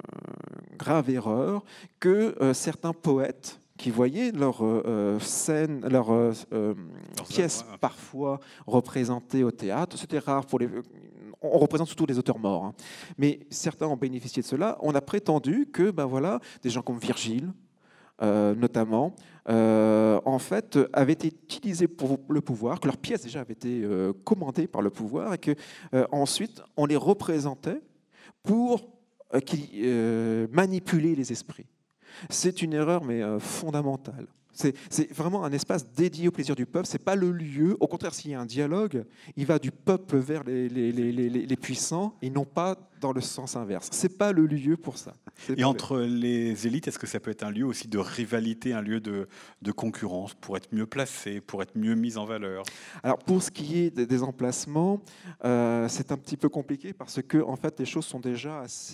grave erreur, que euh, certains poètes qui voyaient leurs euh, scènes, leurs euh, euh, pièces œuvres, ouais. parfois représentées au théâtre, c'était rare pour les... On représente surtout les auteurs morts, hein. Mais certains ont bénéficié de cela. On a prétendu que, ben voilà, des gens comme Virgile, euh, notamment, euh, en fait, avaient été utilisés pour le pouvoir, que leurs pièces déjà avaient été euh, commandées par le pouvoir, et que euh, ensuite on les représentait pour euh, qu'ils euh, manipuler les esprits. C'est une erreur, mais euh, fondamentale. C'est, c'est vraiment un espace dédié au plaisir du peuple. C'est pas le lieu. Au contraire, s'il y a un dialogue, il va du peuple vers les, les, les, les, les puissants et non pas dans le sens inverse. C'est pas le lieu pour ça. C'est Et pas entre les élites, est-ce que ça peut être un lieu aussi de rivalité, un lieu de, de concurrence, pour être mieux placé, pour être mieux mis en valeur? Alors pour ce qui est des emplacements, euh, c'est un petit peu compliqué parce que en fait les choses sont déjà assez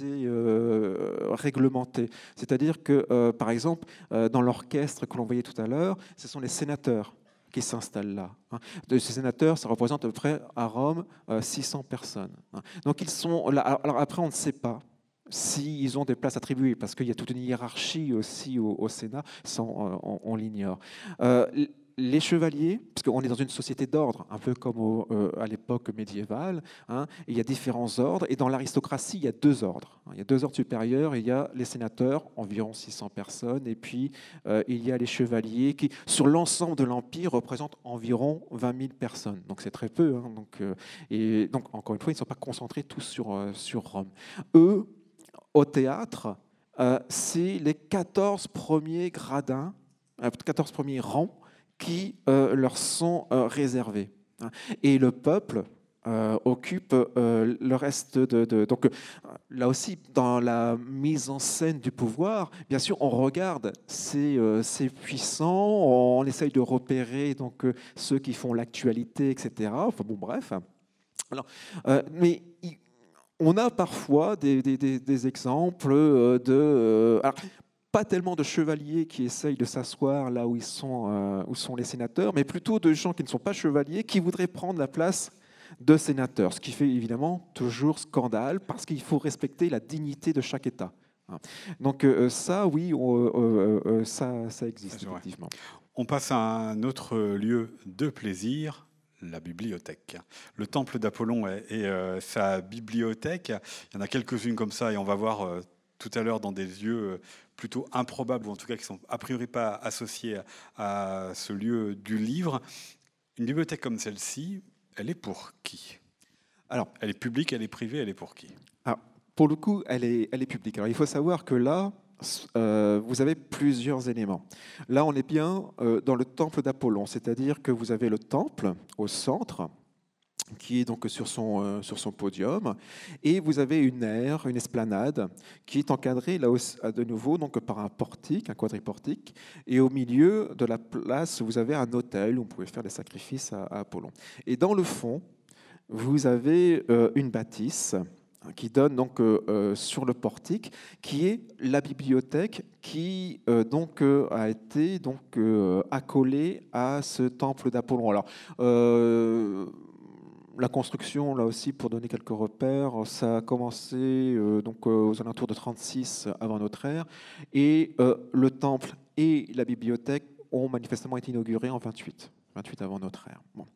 euh, réglementées. C'est-à-dire que euh, par exemple euh, dans l'orchestre que l'on voyait tout à l'heure, ce sont les sénateurs qui s'installent là. Hein. De ces sénateurs, ça représente à peu près à Rome euh, six cents personnes. Hein. Donc ils sont là. Alors après on ne sait pas s'ils ont des places attribuées, parce qu'il y a toute une hiérarchie aussi au, au Sénat, ça on, on, on l'ignore. Euh, les chevaliers, parce qu'on est dans une société d'ordre, un peu comme au, euh, à l'époque médiévale, hein, il y a différents ordres, et dans l'aristocratie, il y a deux ordres. Il y a deux ordres supérieurs, il y a les sénateurs, environ six cents personnes, et puis euh, il y a les chevaliers, qui, sur l'ensemble de l'Empire, représentent environ vingt mille personnes. Donc c'est très peu. Hein, donc, euh, et donc, encore une fois, ils ne sont pas concentrés tous sur, euh, sur Rome. Eux, au théâtre, euh, c'est les quatorze premiers gradins, euh, quatorze premiers rangs qui euh, leur sont euh, réservés. Et le peuple euh, occupe euh, le reste de... de donc euh, là aussi, dans la mise en scène du pouvoir, bien sûr, on regarde ces, euh, ces puissants, on essaye de repérer donc, euh, ceux qui font l'actualité, et cetera. Enfin bon, bref. Alors, euh, mais... Il, on a parfois des, des, des, des exemples de... Euh, alors, pas tellement de chevaliers qui essayent de s'asseoir là où, ils sont, euh, où sont les sénateurs, mais plutôt de gens qui ne sont pas chevaliers, qui voudraient prendre la place de sénateurs, ce qui fait évidemment toujours scandale, parce qu'il faut respecter la dignité de chaque État. Donc euh, ça, oui, on, euh, euh, ça, ça existe, C'est effectivement. On passe à un autre lieu de plaisir, la bibliothèque. Le temple d'Apollon et, et euh, sa bibliothèque, il y en a quelques-unes comme ça, et on va voir euh, tout à l'heure dans des lieux euh, plutôt improbables, ou en tout cas qui sont a priori pas associés à, à ce lieu du livre. Une bibliothèque comme celle-ci, elle est pour qui? Alors, elle est publique, elle est privée, elle est pour qui? Alors, pour le coup, elle est, elle est publique. Alors, il faut savoir que là, Euh, vous avez plusieurs éléments. Là, on est bien euh, dans le temple d'Apollon, c'est-à-dire que vous avez le temple au centre, qui est donc sur son, euh, sur son podium, et vous avez une aire, une esplanade, qui est encadrée là aussi, de nouveau donc, par un portique, un quadriportique, et au milieu de la place, vous avez un autel où on pouvait faire des sacrifices à, à Apollon. Et dans le fond, vous avez euh, une bâtisse qui donne donc euh, euh, sur le portique, qui est la bibliothèque qui euh, donc euh, a été donc euh, accolée à ce temple d'Apollon. Alors euh, la construction, là aussi, pour donner quelques repères, ça a commencé euh, donc, euh, aux alentours de trente-six avant notre ère, et euh, le temple et la bibliothèque ont manifestement été inaugurés en vingt-huit, vingt-huit avant notre ère. Bon.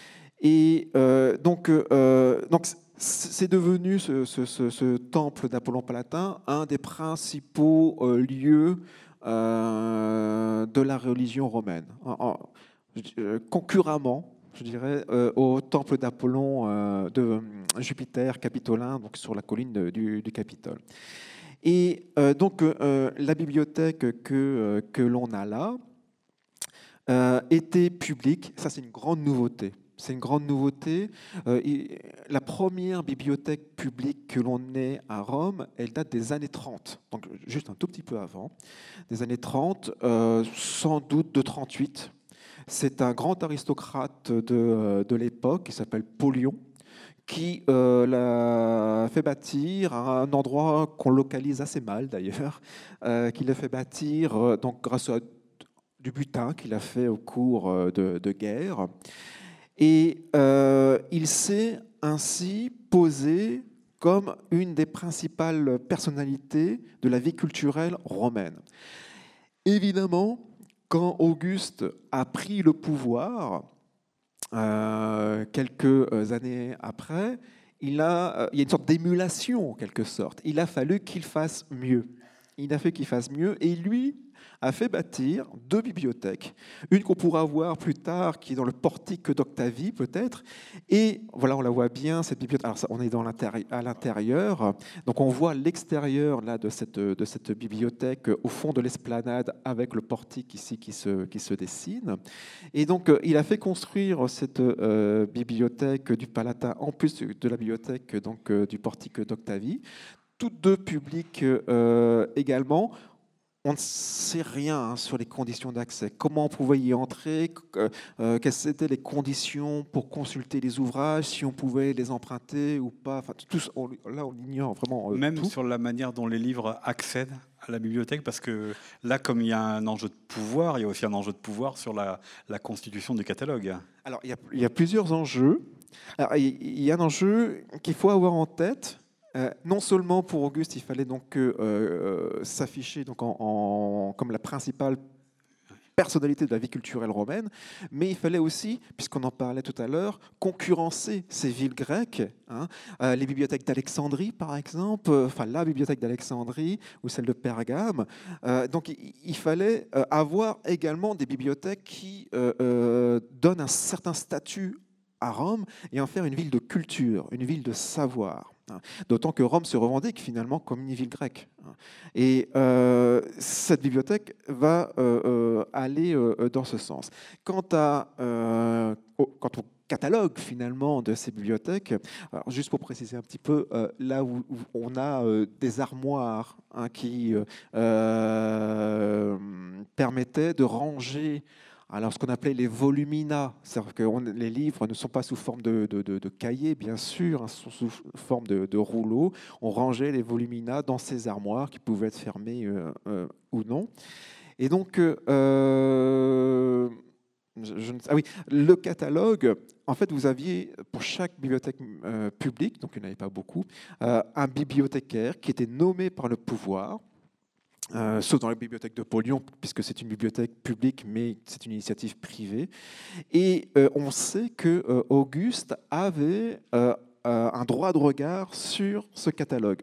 Et euh, donc, euh, donc c'est devenu ce, ce, ce, ce temple d'Apollon Palatin un des principaux euh, lieux euh, de la religion romaine. En, en, concurremment, je dirais, euh, au temple d'Apollon, euh, de euh, Jupiter capitolin, donc sur la colline de- du, du Capitole. Et euh, donc, euh, la bibliothèque que, euh, que l'on a là euh, était publique. Ça, c'est une grande nouveauté. C'est une grande nouveauté. Euh, et la première bibliothèque publique que l'on ait à Rome, elle date des années trente, donc juste un tout petit peu avant, des années trente, euh, sans doute de trente-huit. C'est un grand aristocrate de, de l'époque qui s'appelle Polion, qui euh, l'a fait bâtir à un endroit qu'on localise assez mal d'ailleurs, euh, qui l'a fait bâtir euh, donc, grâce à du butin qu'il a fait au cours euh, de, de guerre. Et euh, il s'est ainsi posé comme une des principales personnalités de la vie culturelle romaine. Évidemment, quand Auguste a pris le pouvoir, euh, quelques années après, il, a, euh, il y a une sorte d'émulation en quelque sorte. Il a fallu qu'il fasse mieux. Il a fait qu'il fasse mieux et lui a fait bâtir deux bibliothèques. Une qu'on pourra voir plus tard, qui est dans le portique d'Octavie peut-être. Et voilà, on la voit bien, cette bibliothèque. Alors ça, on est dans l'intérieur, à l'intérieur. Donc on voit l'extérieur là, de, cette, de cette bibliothèque au fond de l'esplanade avec le portique ici qui se, qui se dessine. Et donc il a fait construire cette euh, bibliothèque du Palatin en plus de la bibliothèque donc, euh, du portique d'Octavie. Toutes deux publiques euh, également. On ne sait rien hein, sur les conditions d'accès. Comment on pouvait y entrer, euh, euh, quelles étaient les conditions pour consulter les ouvrages, si on pouvait les emprunter ou pas. Enfin, tout, on, là, on ignore vraiment euh, Même tout. sur la manière dont les livres accèdent à la bibliothèque, parce que là, comme il y a un enjeu de pouvoir, il y a aussi un enjeu de pouvoir sur la, la constitution du catalogue. Alors, il y a, il y a plusieurs enjeux. Alors, il y a un enjeu qu'il faut avoir en tête. Euh, non seulement pour Auguste, il fallait donc euh, euh, s'afficher donc en, en, comme la principale personnalité de la vie culturelle romaine, mais il fallait aussi, puisqu'on en parlait tout à l'heure, concurrencer ces villes grecques, hein, euh, les bibliothèques d'Alexandrie par exemple, euh, enfin la bibliothèque d'Alexandrie ou celle de Pergame. Euh, donc il, il fallait euh, avoir également des bibliothèques qui euh, euh, donnent un certain statut à Rome et en faire une ville de culture, une ville de savoir. D'autant que Rome se revendique finalement comme une ville grecque. Et euh, cette bibliothèque va euh, euh, aller euh, dans ce sens. Quant, à, euh, au, quant au catalogue finalement de ces bibliothèques, alors juste pour préciser un petit peu, euh, là où, où on a euh, des armoires hein, qui euh, permettaient de ranger alors, ce qu'on appelait les volumina, c'est-à-dire que on, les livres ne sont pas sous forme de, de, de, de cahiers, bien sûr, hein, sont sous forme de, de rouleaux. On rangeait les volumina dans ces armoires qui pouvaient être fermées euh, euh, ou non. Et donc, euh, je, je, ah oui, le catalogue, en fait, vous aviez pour chaque bibliothèque euh, publique, donc il n'y en avait pas beaucoup, euh, un bibliothécaire qui était nommé par le pouvoir. Euh, sauf dans la bibliothèque de Polion, puisque c'est une bibliothèque publique, mais c'est une initiative privée. Et euh, on sait que euh, Auguste avait euh, euh, un droit de regard sur ce catalogue.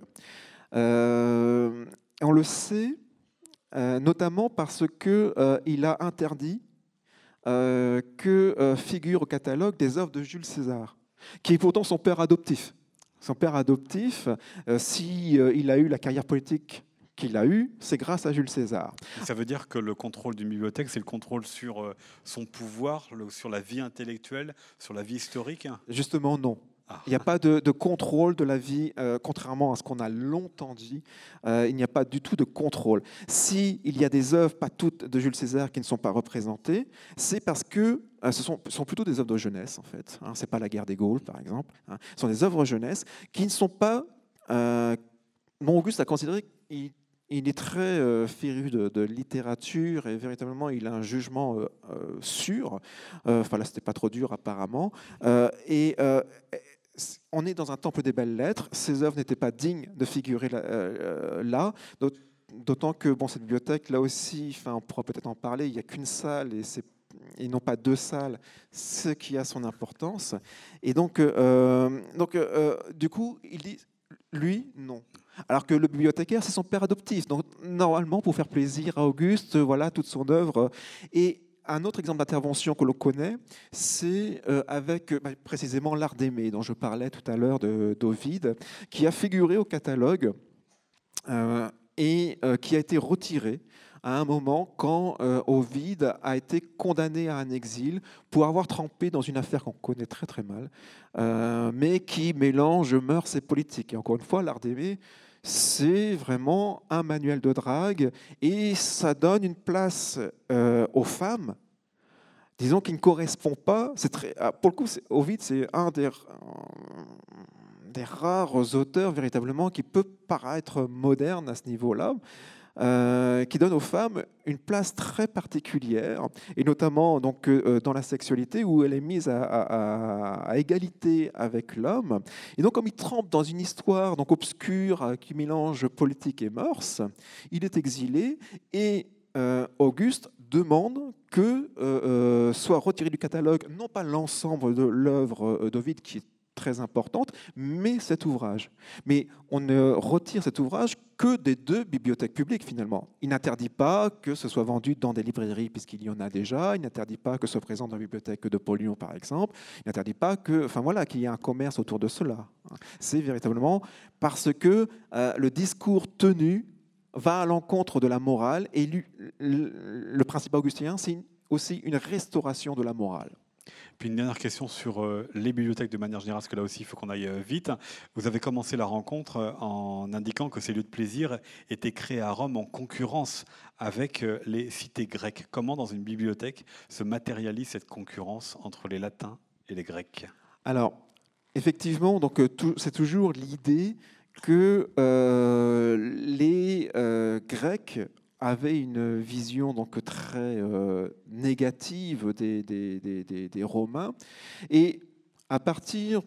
Euh, on le sait euh, notamment parce qu'il euh, a interdit euh, que euh, figurent au catalogue des œuvres de Jules César, qui est pourtant son père adoptif. Son père adoptif, euh, si euh, il a eu la carrière politique qu'il a eu, c'est grâce à Jules César. Ça veut dire que le contrôle d'une bibliothèque, c'est le contrôle sur son pouvoir, le, sur la vie intellectuelle, sur la vie historique? Justement, non. Ah. Il n'y a pas de, de contrôle de la vie, euh, contrairement à ce qu'on a longtemps dit, euh, il n'y a pas du tout de contrôle. S'il y a des œuvres, pas toutes de Jules César, qui ne sont pas représentées, c'est parce que euh, ce sont, sont plutôt des œuvres de jeunesse, en fait. Hein, ce n'est pas la guerre des Gaules, par exemple. Hein. Ce sont des œuvres de jeunesse qui ne sont pas... Euh, Bon, Auguste a considéré qu'il il est très euh, féru de, de littérature et véritablement il a un jugement euh, euh, sûr. Euh, enfin là, c'était pas trop dur apparemment. Euh, et euh, on est dans un temple des belles lettres. Ces œuvres n'étaient pas dignes de figurer là. Euh, là. D'autant que bon, cette bibliothèque, là aussi, enfin, on pourra peut-être en parler. Il n'y a qu'une salle et c'est et non pas deux salles, ce qui a son importance. Et donc, euh, donc euh, du coup, il dit, lui, non. Alors que le bibliothécaire, c'est son père adoptif. Donc, normalement, pour faire plaisir à Auguste, voilà toute son œuvre. Et un autre exemple d'intervention que l'on connaît, c'est euh, avec bah, précisément l'art d'aimer, dont je parlais tout à l'heure d'Ovide, qui a figuré au catalogue euh, et euh, qui a été retiré à un moment quand euh, Ovide a été condamné à un exil pour avoir trempé dans une affaire qu'on connaît très très mal, euh, mais qui mélange mœurs et politique. Et encore une fois, l'art d'aimer, c'est vraiment un manuel de drague et ça donne une place euh, aux femmes, disons, qui ne correspond pas. C'est très, pour le coup, Ovide, c'est un des, des rares auteurs véritablement qui peut paraître moderne à ce niveau-là. Euh, qui donne aux femmes une place très particulière, et notamment donc, euh, dans la sexualité, où elle est mise à, à, à égalité avec l'homme. Et donc, comme il trempe dans une histoire donc, obscure euh, qui mélange politique et mœurs, il est exilé, et euh, Auguste demande que euh, euh, soit retiré du catalogue, non pas l'ensemble de l'œuvre euh, d'Ovide, qui est très importante, mais cet ouvrage. Mais on ne retire cet ouvrage que des deux bibliothèques publiques, finalement. Il n'interdit pas que ce soit vendu dans des librairies, puisqu'il y en a déjà. Il n'interdit pas que ce soit présent dans la bibliothèque de Paul-Lyon, par exemple. Il n'interdit pas que, enfin, voilà, qu'il y ait un commerce autour de cela. C'est véritablement parce que euh, le discours tenu va à l'encontre de la morale, et lui, le, le principe augustinien, c'est aussi une restauration de la morale. Puis une dernière question sur euh, les bibliothèques de manière générale, parce que là aussi, il faut qu'on aille euh, vite. Vous avez commencé la rencontre euh, en indiquant que ces lieux de plaisir étaient créés à Rome en concurrence avec euh, les cités grecques. Comment, dans une bibliothèque, se matérialise cette concurrence entre les latins et les grecs? Alors, effectivement, donc, euh, tout, c'est toujours l'idée que euh, les euh, Grecs avaient une vision donc très euh, négative des, des, des, des, des Romains. Et à partir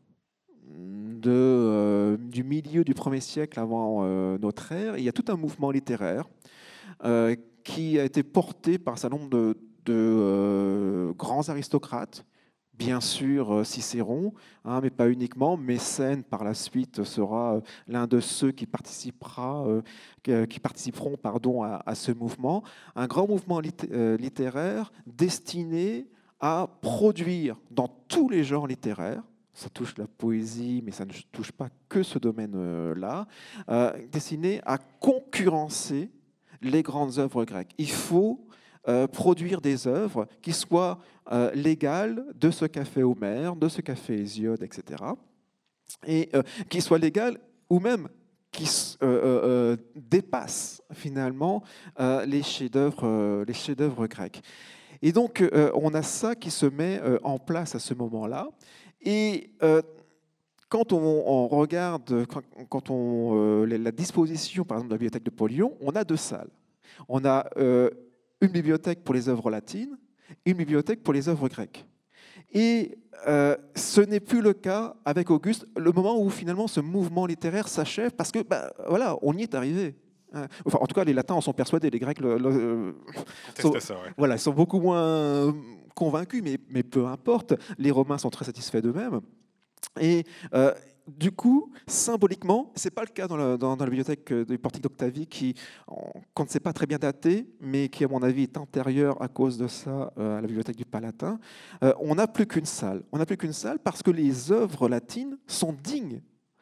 de, euh, du milieu du premier siècle avant euh, notre ère, il y a tout un mouvement littéraire euh, qui a été porté par un certain nombre de, de euh, grands aristocrates. Bien sûr, Cicéron, hein, mais pas uniquement. Mécène, par la suite, sera l'un de ceux qui, participera, euh, qui participeront pardon, à, à ce mouvement. Un grand mouvement littéraire destiné à produire dans tous les genres littéraires, ça touche la poésie, mais ça ne touche pas que ce domaine-là, euh, destiné à concurrencer les grandes œuvres grecques. Il faut euh, produire des œuvres qui soient euh, légales de ce qu'a fait Homère, de ce qu'a fait Hésiode, et cetera, et euh, qui soient légales ou même qui euh, euh, dépassent finalement euh, les chefs-d'œuvre euh, les chefs-d'œuvre grecs. Et donc, euh, on a ça qui se met euh, en place à ce moment-là. Et euh, quand on, on regarde quand, quand on, euh, la disposition, par exemple, de la bibliothèque de Paul-Lyon, on a deux salles. On a euh, une bibliothèque pour les œuvres latines et une bibliothèque pour les œuvres grecques. Et euh, ce n'est plus le cas avec Auguste, le moment où finalement ce mouvement littéraire s'achève, parce que bah, voilà, on y est arrivé. Enfin, en tout cas, les latins en sont persuadés, les grecs le, le, sont, ça, ouais. Voilà, sont beaucoup moins convaincus, mais, mais peu importe, les Romains sont très satisfaits d'eux-mêmes. Et euh, du coup, symboliquement, ce n'est pas le cas dans la, dans, dans la bibliothèque du Portique d'Octavie, qui, qu'on ne sait pas très bien dater, mais qui, à mon avis, est antérieure à cause de ça euh, à la bibliothèque du Palatin. Euh, on n'a plus qu'une salle. On n'a plus qu'une salle parce que les œuvres latines sont dignes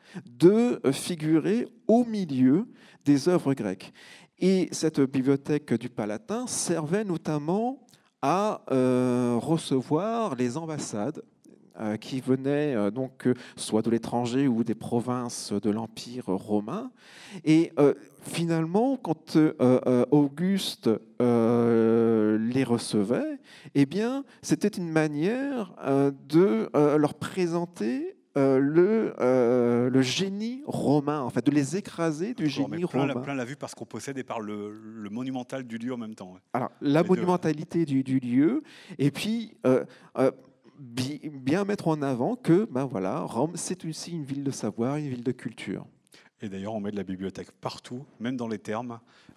de figurer au milieu des œuvres grecques. Et cette bibliothèque du Palatin servait notamment à euh, recevoir les ambassades euh, qui venaient euh, donc soit de l'étranger ou des provinces de l'Empire romain. Et euh, finalement, quand euh, Auguste euh, les recevait, eh bien, c'était une manière euh, de euh, leur présenter Euh, le, euh, le génie romain, en fait, de les écraser du génie plein, romain. Plein l'a vue parce qu'on possède et par le, le monumental du lieu en même temps. Ouais. Alors, la les monumentalité du, du lieu, et puis euh, euh, bi, bien mettre en avant que ben voilà, Rome, c'est aussi une ville de savoir, une ville de culture. Et d'ailleurs, on met de la bibliothèque partout, même dans les thermes.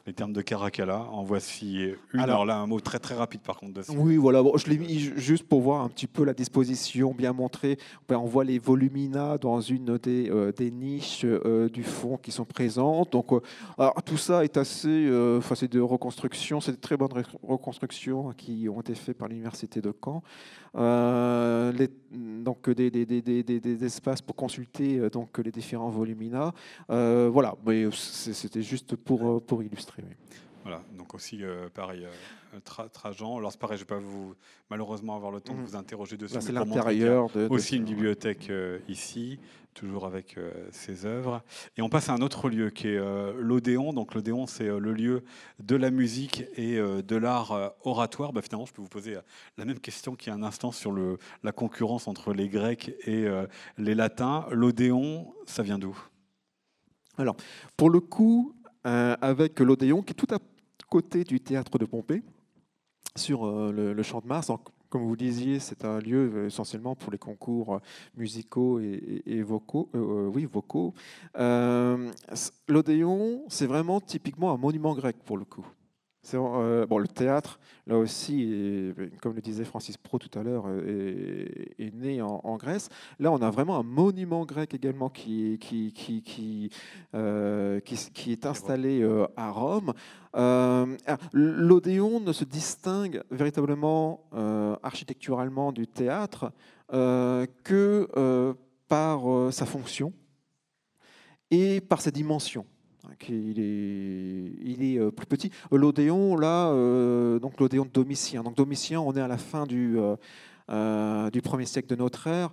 les termes de Caracalla. En voici une. Alors, Alors là, un mot très très rapide par contre dessus. Oui, voilà. Bon, je l'ai mis juste pour voir un petit peu la disposition bien montrée. On voit les volumina dans une des, euh, des niches euh, du fond qui sont présentes. Donc, euh, alors, tout ça est assez. Euh, enfin, c'est de reconstruction. C'est de très bonnes reconstructions qui ont été faites par l'université de Caen. Euh, les, donc des, des, des, des, des espaces pour consulter euh, donc les différents volumina. Euh, voilà, mais c'était juste pour pour illustrer. Oui. Voilà, donc aussi euh, pareil, euh, tra Trajan. Alors c'est pareil, je ne vais pas vous malheureusement avoir le temps mmh. de vous interroger dessus. C'est l'intérieur de, de aussi une bibliothèque euh, ici, toujours avec euh, ses œuvres. Et on passe à un autre lieu qui est euh, l'Odéon. Donc l'Odéon, c'est euh, le lieu de la musique et euh, de l'art euh, oratoire. Bah, finalement, je peux vous poser euh, la même question qu'il y a un instant sur le, la concurrence entre les Grecs et euh, les Latins. L'Odéon, ça vient d'où? Alors, pour le coup, euh, avec l'Odéon, qui est tout à côté du théâtre de Pompée, sur euh, le, le Champ de Mars. Donc, comme vous disiez, c'est un lieu euh, essentiellement pour les concours musicaux et, et, et vocaux. Euh, oui, vocaux. Euh, L'Odéon, c'est vraiment typiquement un monument grec pour le coup. Euh, bon, le théâtre, là aussi, est, comme le disait Francis Pro tout à l'heure, est, est né en, en Grèce. Là, on a vraiment un monument grec également qui, qui, qui, qui, euh, qui, qui est installé euh, à Rome. Euh, L'Odéon ne se distingue véritablement euh, architecturalement du théâtre euh, que euh, par euh, sa fonction et par ses dimensions. Il est, il est plus petit. L'Odéon, là, euh, donc l'Odéon de Domitien. Donc Domitien, on est à la fin du, euh, euh, du premier siècle de notre ère.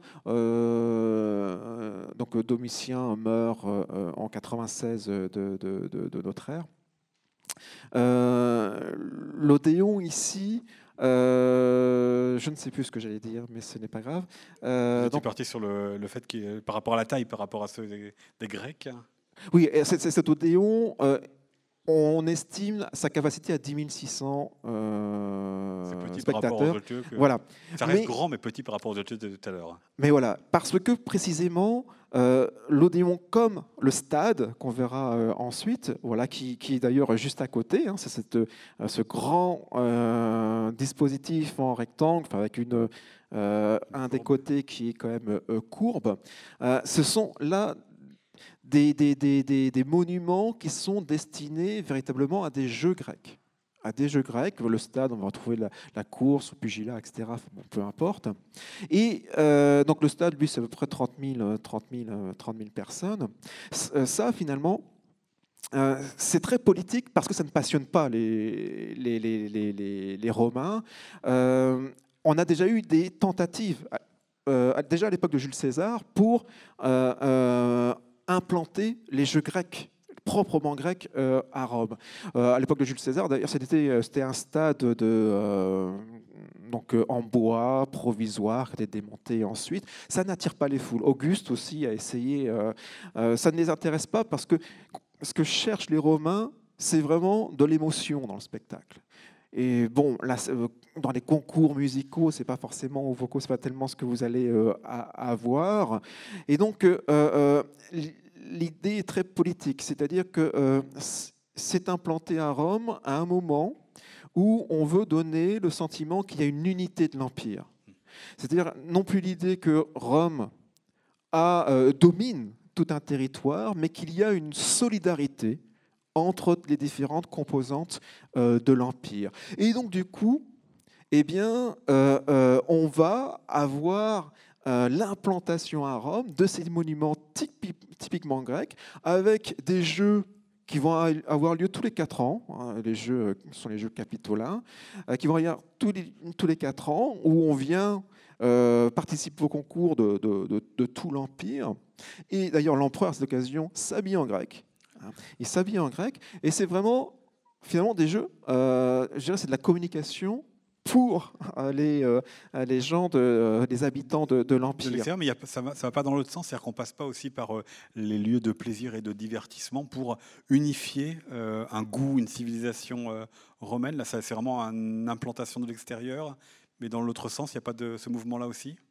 Euh, donc Domitien meurt euh, en quatre-vingt-seize de, de, de, de notre ère. Euh, L'Odéon ici. Euh, je ne sais plus ce que j'allais dire, mais ce n'est pas grave. Euh, Vous étiez donc, parti sur le, le fait qu'il, par rapport à la taille, par rapport à ceux des, des Grecs. Oui, cet Odéon, euh, on estime sa capacité à dix mille six cents euh, spectateurs. Que... Voilà. Ça reste mais, grand, mais petit par rapport aux autres de tout à l'heure. Mais voilà, parce que précisément, euh, l'Odéon, comme le stade qu'on verra euh, ensuite, voilà, qui, qui est d'ailleurs juste à côté, hein, c'est cette, euh, ce grand euh, dispositif en rectangle, avec une, euh, un des côtés qui est quand même euh, courbe. Euh, ce sont là Des, des, des, des, des monuments qui sont destinés véritablement à des jeux grecs. À des jeux grecs, le stade, on va retrouver la, la course, le pugilat, et cetera. Bon, peu importe. Et euh, donc le stade, lui, c'est à peu près trente mille personnes. Ça, finalement, euh, c'est très politique parce que ça ne passionne pas les, les, les, les, les Romains. Euh, on a déjà eu des tentatives, euh, déjà à l'époque de Jules César, pour euh, euh, implanter les jeux grecs, proprement grecs, euh, à Rome. Euh, à l'époque de Jules César, d'ailleurs, c'était, c'était un stade de, euh, donc, euh, en bois, provisoire, qui était démonté ensuite. Ça n'attire pas les foules. Auguste aussi a essayé. Euh, euh, ça ne les intéresse pas parce que ce que cherchent les Romains, c'est vraiment de l'émotion dans le spectacle. Et bon, là, dans les concours musicaux, c'est pas forcément aux vocaux, c'est pas tellement ce que vous allez euh, avoir. Et donc, euh, euh, l'idée est très politique, c'est-à-dire que euh, c'est implanté à Rome à un moment où on veut donner le sentiment qu'il y a une unité de l'empire. C'est-à-dire non plus l'idée que Rome a, euh, domine tout un territoire, mais qu'il y a une solidarité entre les différentes composantes euh, de l'Empire. Et donc, du coup, eh bien, euh, euh, on va avoir euh, l'implantation à Rome de ces monuments typi typiquement grecs, avec des jeux qui vont avoir lieu tous les quatre ans. Hein, les jeux sont les jeux capitolins, euh, qui vont y avoir tous les, tous les quatre ans, où on vient euh, participer au concours de, de, de, de tout l'Empire. Et d'ailleurs, l'empereur, à cette occasion, s'habille en grec. Il s'habille en grec, et c'est vraiment, finalement, des jeux, euh, je dirais, c'est de la communication pour les, euh, les gens, de, euh, les habitants de, de l'Empire. Mais y a, ça ne va, va pas dans l'autre sens, c'est-à-dire qu'on ne passe pas aussi par euh, les lieux de plaisir et de divertissement pour unifier euh, un goût, une civilisation euh, romaine. Là, c'est vraiment une implantation de l'extérieur, mais dans l'autre sens, il n'y a pas de ce mouvement-là aussi?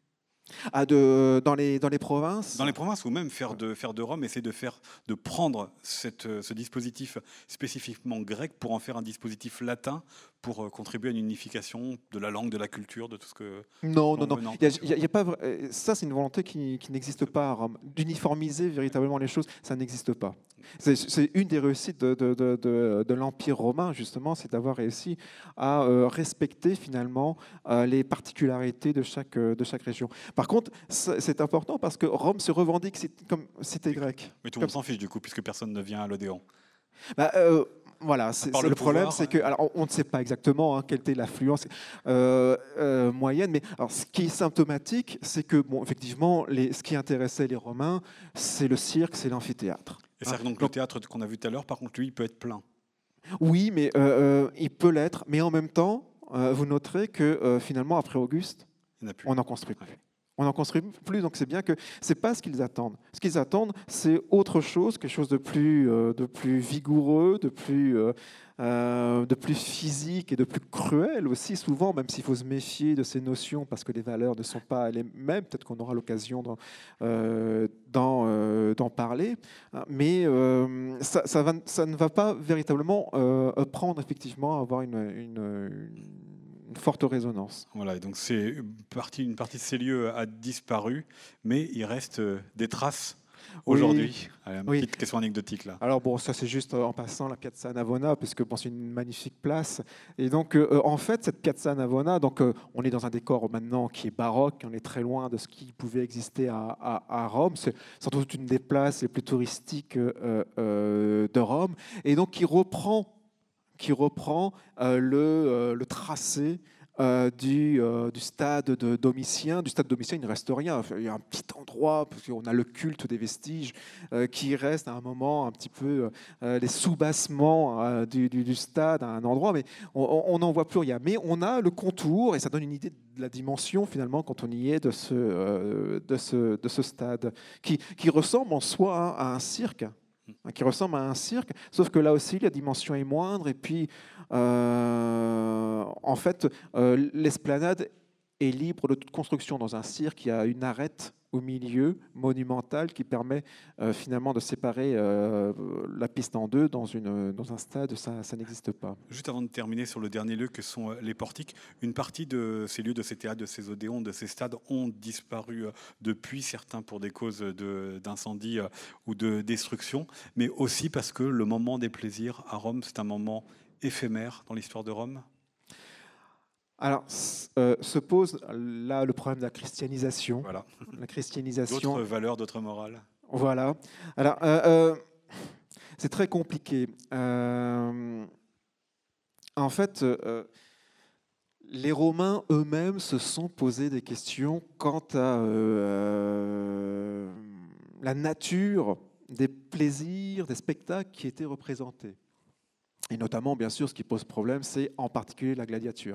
Ah, de, dans, les, dans les provinces? Dans les provinces, ou même faire de, faire de Rome, essayer de, faire, de prendre cette, ce dispositif spécifiquement grec pour en faire un dispositif latin pour contribuer à une unification de la langue, de la culture, de tout ce que... Non, non, on non. veut, non, Il y a- il y a- il y a pas, vra- euh, ça, c'est une volonté qui, qui n'existe pas à Rome. D'uniformiser véritablement les choses, ça n'existe pas. C'est c'est une des réussites de, de- de- de- de l'Empire romain, justement, c'est d'avoir réussi à euh, respecter finalement euh, les particularités de chaque, euh, de chaque région. Par contre, c'est c'est important parce que Rome se revendique cit- comme cité grecque. Mais tout le Comme- monde s'en fiche du coup, puisque personne ne vient à l'Odéon. Bah, euh, voilà, c'est part c'est le le problème, pouvoir, c'est que, hein. alors, on, on ne sait pas exactement hein, quelle était l'affluence euh, euh, moyenne, mais alors, ce qui est symptomatique, c'est que, bon, effectivement, les, ce qui intéressait les Romains, c'est le cirque, c'est l'amphithéâtre. Et Hein. c'est donc, le théâtre qu'on a vu tout à l'heure, par contre, lui, il peut être plein. Oui, mais euh, euh, il peut l'être, mais en même temps, euh, vous noterez que euh, finalement, après Auguste, Il n'y en a plus. on n'en construit plus. On n'en construit plus, donc c'est bien que c'est pas ce qu'ils attendent. Ce qu'ils attendent, c'est autre chose, quelque chose de plus, euh, de plus vigoureux, de plus, euh, euh, de plus physique et de plus cruel aussi, souvent, même s'il faut se méfier de ces notions parce que les valeurs ne sont pas les mêmes. Peut-être qu'on aura l'occasion d'en euh, d'en, euh, d'en parler. Mais euh, ça, ça, va- ça ne va pas véritablement euh, prendre effectivement à avoir une, une- une forte résonance. Voilà, et donc c'est une partie, une partie de ces lieux a disparu, mais il reste euh, des traces Oui, aujourd'hui. Allez, une oui. petite question anecdotique là. Alors bon, ça c'est juste euh, en passant la Piazza Navona, puisque bon, c'est une magnifique place. Et donc euh, en fait, cette Piazza Navona, donc euh, on est dans un décor maintenant qui est baroque, on est très loin de ce qui pouvait exister à, à- à Rome. C'est sans doute une des places les plus touristiques euh, euh, de Rome, et donc qui reprend, qui reprend euh, le, euh, le tracé. euh, du, euh, du stade de Domitien. Du stade Domitien, il ne reste rien. Enfin, il y a un petit endroit, parce qu'on a le culte des vestiges, euh, qui reste à un moment un petit peu euh, les soubassements euh, du, du- du stade à un endroit, mais on n'en voit plus rien. Mais on a le contour, et ça donne une idée de la dimension finalement quand on y est de ce, euh, de ce, de ce stade, qui, qui ressemble en soi hein, à un cirque. Hein, qui ressemble à un cirque, sauf que là aussi la dimension est moindre et puis euh, en fait euh, l'esplanade est libre de toute construction. Dans un cirque, il y a une arête au milieu monumentale qui permet euh, finalement de séparer euh, la piste en deux. Dans, une, dans un stade, ça, ça n'existe pas. Juste avant de terminer sur le dernier lieu que sont euh, les portiques, une partie de ces lieux, de ces théâtres, de ces odéons, de ces stades ont disparu euh, depuis, certains pour des causes de- d'incendie euh, ou de destruction, mais aussi parce que le moment des plaisirs à Rome, c'est un moment éphémère dans l'histoire de Rome. Alors, s- euh, se pose là le problème de la christianisation. Voilà. La christianisation. D'autres valeurs, d'autres morales. Voilà. Alors, euh, euh, c'est très compliqué. Euh, en fait, euh, les Romains eux-mêmes se sont posé des questions quant à euh, la nature des plaisirs, des spectacles qui étaient représentés. Et notamment, bien sûr, ce qui pose problème, c'est en particulier la gladiature.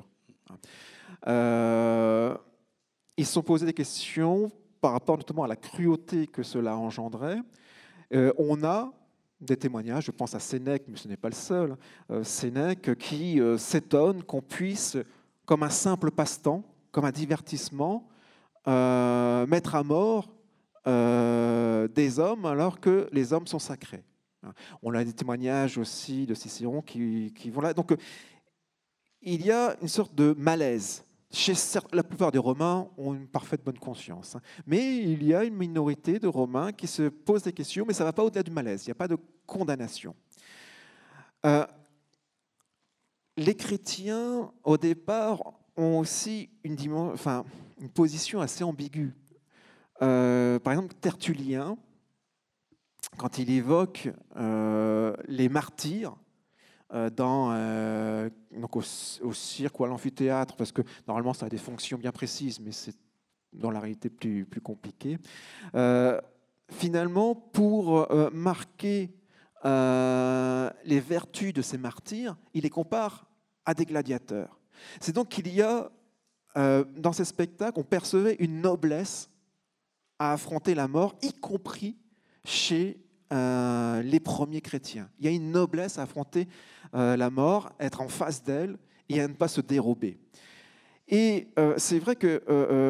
Euh, ils se sont posé des questions par rapport notamment à la cruauté que cela engendrait. Euh, on a des témoignages, je pense à Sénèque, mais ce n'est pas le seul, euh, Sénèque qui euh, s'étonne qu'on puisse, comme un simple passe-temps, comme un divertissement, euh, mettre à mort euh, des hommes alors que les hommes sont sacrés. On a des témoignages aussi de Cicéron qui, qui vont là. Donc, euh, il y a une sorte de malaise. Chez certes, la plupart des Romains ont une parfaite bonne conscience. hein. Mais il y a une minorité de Romains qui se posent des questions, mais ça ne va pas au-delà du malaise. Il n'y a pas de condamnation. Euh, les chrétiens, au départ, ont aussi une, dimen- enfin, une position assez ambiguë. Euh, par exemple, Tertullien, quand il évoque euh, les martyrs, euh, dans, euh, donc au, au cirque ou à l'amphithéâtre, parce que normalement ça a des fonctions bien précises, mais c'est dans la réalité plus, plus compliqué. Euh, finalement, pour euh, marquer euh, les vertus de ces martyrs, il les compare à des gladiateurs. C'est donc qu'il y a, euh, dans ces spectacles, on percevait une noblesse à affronter la mort, y compris chez euh, les premiers chrétiens. Il y a une noblesse à affronter euh, la mort, être en face d'elle et à ne pas se dérober. Et euh, c'est vrai que euh,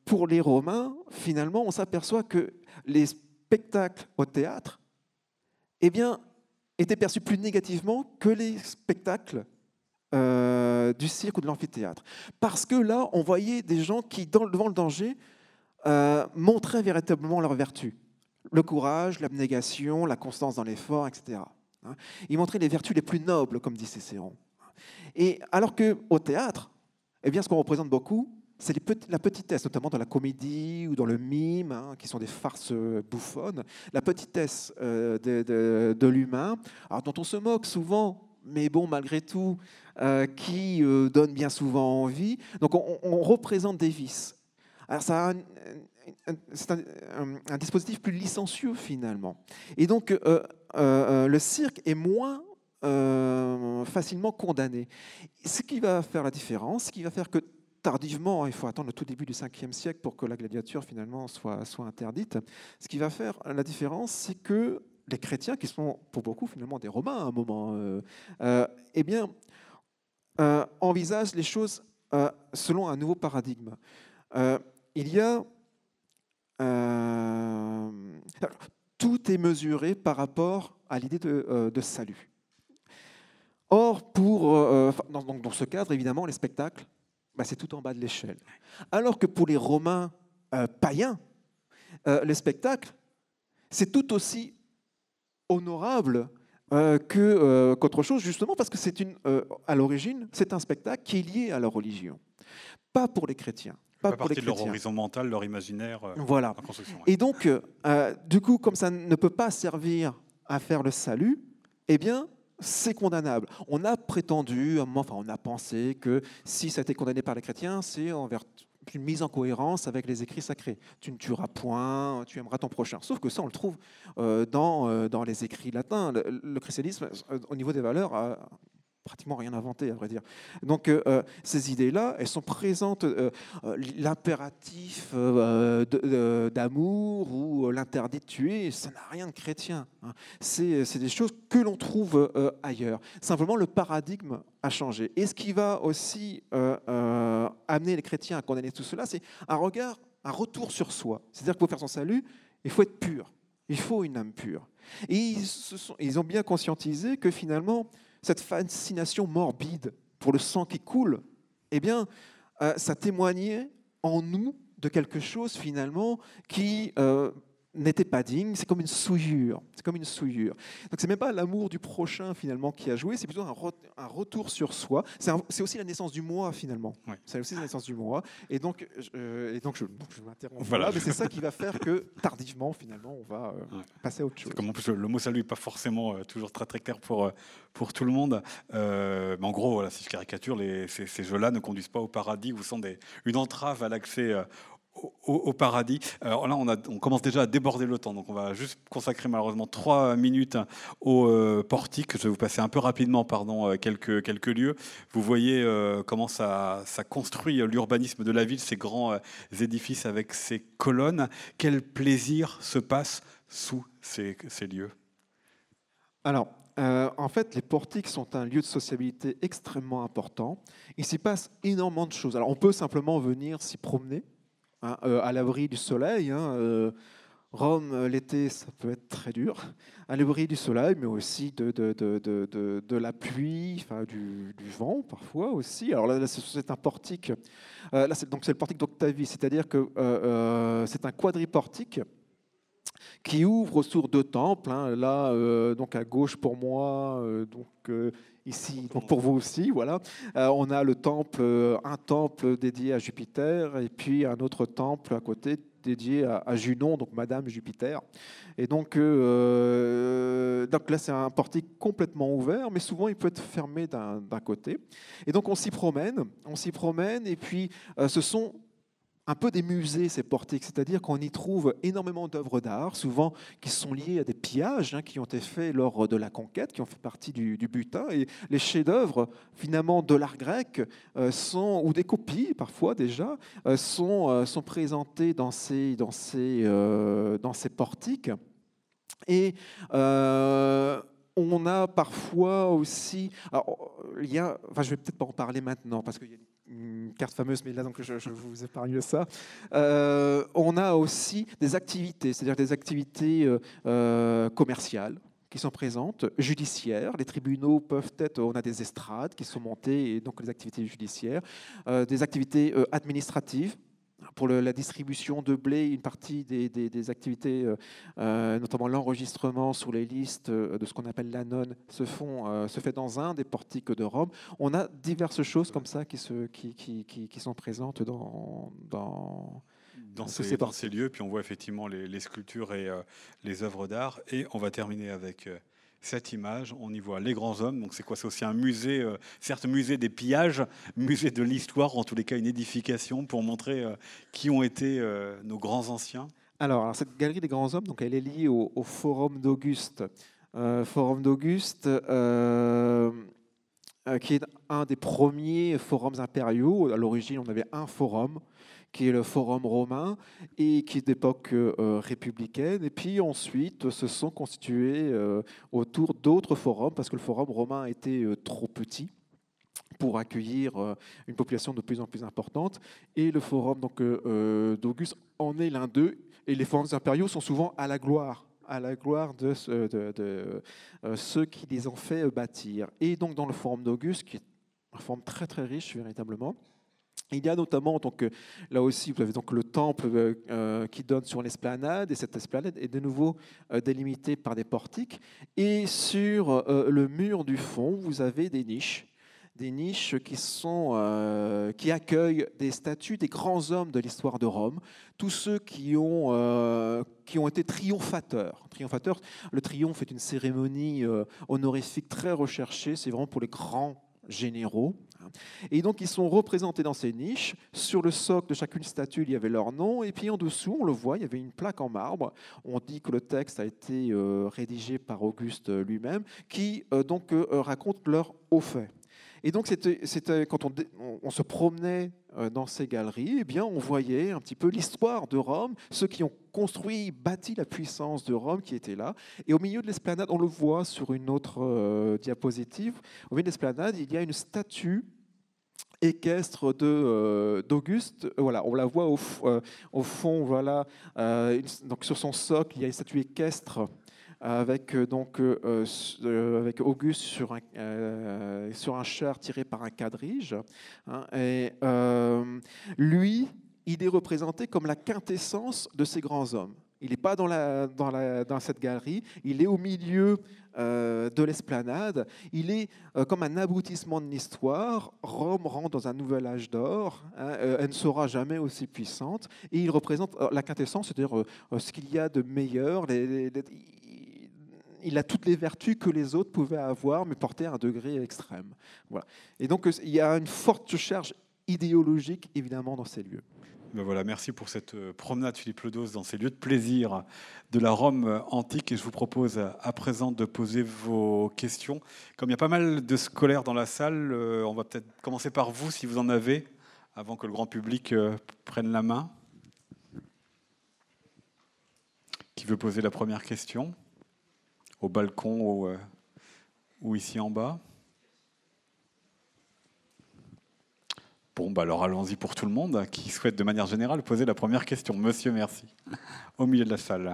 pour les Romains, finalement, on s'aperçoit que les spectacles au théâtre, eh bien, étaient perçus plus négativement que les spectacles euh, du cirque ou de l'amphithéâtre. Parce que là, on voyait des gens qui, dans, devant le danger, euh, montraient véritablement leur vertu. Le courage, l'abnégation, la constance dans l'effort, et cetera. Ils montraient les vertus les plus nobles, comme dit Cicéron. Et alors qu'au théâtre, eh bien, ce qu'on représente beaucoup, c'est la petitesse, notamment dans la comédie ou dans le mime, hein, qui sont des farces bouffonnes, la petitesse euh, de, de, de l'humain, dont on se moque souvent, mais bon, malgré tout, euh, qui euh, donne bien souvent envie. Donc on, on représente des vices. Alors ça a un, un, c'est un, un, un dispositif plus licencieux finalement. Et donc euh, euh, le cirque est moins euh, facilement condamné. Ce qui va faire la différence, ce qui va faire que tardivement, il faut attendre le tout début du cinquième siècle pour que la gladiature finalement soit, soit interdite. Ce qui va faire la différence, c'est que les chrétiens, qui sont pour beaucoup finalement des Romains à un moment, euh, euh, eh bien, euh, envisagent les choses euh, selon un nouveau paradigme. Euh, il y a euh, tout est mesuré par rapport à l'idée de, euh, de salut. Or, pour, euh, dans, dans ce cadre, évidemment, les spectacles, bah, c'est tout en bas de l'échelle. Alors que pour les Romains euh, païens, euh, les spectacles, c'est tout aussi honorable euh, que, euh, qu'autre chose, justement parce que c'est une, euh, à l'origine, c'est un spectacle qui est lié à leur religion. Pas pour les chrétiens. Pas, pas pour partie les de leur horizon mental, leur imaginaire. Euh, voilà. En construction, ouais. Et donc, euh, du coup, comme ça ne peut pas servir à faire le salut, eh bien, c'est condamnable. On a prétendu, enfin on a pensé que si ça a été condamné par les chrétiens, c'est envers une mise en cohérence avec les écrits sacrés. Tu ne tueras point, tu aimeras ton prochain. Sauf que ça, on le trouve euh, dans, euh, dans les écrits latins. Le, le christianisme, euh, au niveau des valeurs, a pratiquement rien inventé, à vrai dire. Donc euh, ces idées-là, elles sont présentes. Euh, l'impératif euh, d'amour ou l'interdit de tuer, ça n'a rien de chrétien. Hein. C'est, c'est des choses que l'on trouve euh, ailleurs. Simplement, le paradigme a changé. Et ce qui va aussi euh, euh, amener les chrétiens à condamner tout cela, c'est un regard, un retour sur soi. C'est-à-dire que pour faire son salut, il faut être pur. Il faut une âme pure. Et ils, se sont, ils ont bien conscientisé que finalement, cette fascination morbide pour le sang qui coule, eh bien, euh, ça témoignait en nous de quelque chose finalement qui euh, n'était pas digne. C'est comme une souillure. C'est comme une souillure. Donc c'est même pas l'amour du prochain finalement qui a joué, c'est plutôt un, re un retour sur soi. C'est, un, c'est aussi la naissance du moi finalement. Ouais. C'est aussi la naissance du moi. Et donc, euh, et donc je, donc je m'interromps. Voilà. Là, mais c'est ça qui va faire que tardivement finalement on va euh, ouais. passer à autre chose. Comme en plus le, le mot salut n'est pas forcément euh, toujours très très clair pour euh, pour tout le monde. Euh, mais en gros, voilà, si je caricature, les, ces, ces jeux-là ne conduisent pas au paradis ou sont des, une entrave à l'accès euh, Au, au paradis. Alors là, on, a, on commence déjà à déborder le temps, donc on va juste consacrer malheureusement trois minutes au euh, portique. Je vais vous passer un peu rapidement, pardon, quelques, quelques lieux. Vous voyez euh, comment ça, ça construit l'urbanisme de la ville, ces grands euh, édifices avec ces colonnes. Quel plaisir se passe sous ces, ces lieux? Alors, Euh, en fait, les portiques sont un lieu de sociabilité extrêmement important. Il s'y passe énormément de choses. Alors, on peut simplement venir s'y promener, hein, euh, à l'abri du soleil. Hein, euh, Rome, l'été, ça peut être très dur. À l'abri du soleil, mais aussi de, de, de, de, de, de la pluie, enfin, du, du vent parfois aussi. Alors là, là c'est un portique. Euh, là, c'est, donc c'est le portique d'Octavie, c'est-à-dire que euh, euh, c'est un quadriportique qui ouvre autour deux temples, hein, là, euh, donc à gauche pour moi, euh, donc euh, ici, donc pour vous aussi, voilà. Euh, on a le temple, euh, un temple dédié à Jupiter, et puis un autre temple à côté dédié à, à Junon, donc Madame Jupiter. Et donc, euh, donc là, c'est un portique complètement ouvert, mais souvent il peut être fermé d'un, d'un côté. Et donc on s'y promène, on s'y promène, et puis euh, ce sont un peu des musées, ces portiques, c'est-à-dire qu'on y trouve énormément d'œuvres d'art, souvent qui sont liées à des pillages, hein, qui ont été faits lors de la conquête, qui ont fait partie du, du butin. Et les chefs-d'œuvre, finalement, de l'art grec, euh, sont, ou des copies, parfois déjà, euh, sont, euh, sont présentés dans ces, dans ces, euh, dans ces portiques. Et euh, on a parfois aussi... Alors, il y a, enfin, je ne vais peut-être pas en parler maintenant, parce qu'il y a une carte fameuse, mais là donc je, je vous épargne ça. Euh, on a aussi des activités, c'est-à-dire des activités euh, euh, commerciales qui sont présentes, judiciaires. Les tribunaux peuvent être, on a des estrades qui sont montées, et donc les activités judiciaires, euh, des activités euh, administratives. Pour le, la distribution de blé, une partie des, des, des activités, euh, euh, notamment l'enregistrement sur les listes euh, de ce qu'on appelle l'Anon, se, font, euh, se fait dans un des portiques de Rome. On a diverses choses comme ça qui, se, qui, qui, qui, qui sont présentes dans, dans, dans, ces, ces, dans ces lieux. Puis on voit effectivement les, les sculptures et euh, les œuvres d'art. Et on va terminer avec... Euh, cette image, on y voit les grands hommes. Donc c'est quoi? C'est aussi un musée, euh, certes musée des pillages, musée de l'histoire, en tous les cas une édification pour montrer euh, qui ont été euh, nos grands anciens. Alors, alors, cette galerie des grands hommes, donc, elle est liée au, au Forum d'Auguste. Euh, Forum d'Auguste, euh, euh, qui est un des premiers forums impériaux. À l'origine, on avait un forum, qui est le Forum romain, et qui est d'époque euh, républicaine. Et puis ensuite, se sont constitués euh, autour d'autres forums, parce que le Forum romain était euh, trop petit pour accueillir euh, une population de plus en plus importante. Et le Forum donc, euh, d'Auguste en est l'un d'eux. Et les forums impériaux sont souvent à la gloire à la gloire de, de, de, de euh, ceux qui les ont fait bâtir. Et donc dans le Forum d'Auguste, qui est un forum très très riche véritablement, il y a notamment, donc, là aussi, vous avez donc le temple euh, qui donne sur l'esplanade, et cette esplanade est de nouveau euh, délimitée par des portiques. Et sur euh, le mur du fond, vous avez des niches, des niches qui, sont, euh, qui accueillent des statues des grands hommes de l'histoire de Rome, tous ceux qui ont, euh, qui ont été triomphateurs. Triomphateurs. Le triomphe est une cérémonie euh, honorifique très recherchée, c'est vraiment pour les grands généraux. Et donc, ils sont représentés dans ces niches. Sur le socle de chacune statue, il y avait leur nom. Et puis, en dessous, on le voit, il y avait une plaque en marbre. On dit que le texte a été euh, rédigé par Auguste lui-même, qui euh, donc euh, raconte leurs hauts faits. Et donc, c'était, c'était, quand on, on se promenait dans ces galeries, eh bien, on voyait un petit peu l'histoire de Rome, ceux qui ont construit, bâti la puissance de Rome qui était là. Et au milieu de l'esplanade, on le voit sur une autre euh, diapositive, au milieu de l'esplanade, il y a une statue équestre de, euh, d'Auguste. Voilà, on la voit au, euh, au fond, voilà, euh, donc sur son socle, il y a une statue équestre avec, donc, euh, avec Auguste sur un, euh, sur un char tiré par un quadrige. Hein, et euh, lui, il est représenté comme la quintessence de ces grands hommes. Il n'est pas dans, la, dans, la, dans cette galerie, il est au milieu euh, de l'esplanade. Il est euh, comme un aboutissement de l'histoire. Rome rentre dans un nouvel âge d'or. Hein, euh, elle ne sera jamais aussi puissante. Et il représente euh, la quintessence, c'est-à-dire euh, ce qu'il y a de meilleur. Les, les, les, il a toutes les vertus que les autres pouvaient avoir, mais portées à un degré extrême. Voilà. Et donc, il y a une forte charge idéologique, évidemment, dans ces lieux. Ben voilà, merci pour cette promenade, Philippe Ledos, dans ces lieux de plaisir de la Rome antique. Et je vous propose à présent de poser vos questions. Comme il y a pas mal de scolaires dans la salle, on va peut-être commencer par vous, si vous en avez, avant que le grand public prenne la main. Qui veut poser la première question ? Au balcon ou, euh, ou ici en bas. Bon, bah alors allons-y pour tout le monde qui souhaite de manière générale poser la première question. Monsieur, merci. Au milieu de la salle.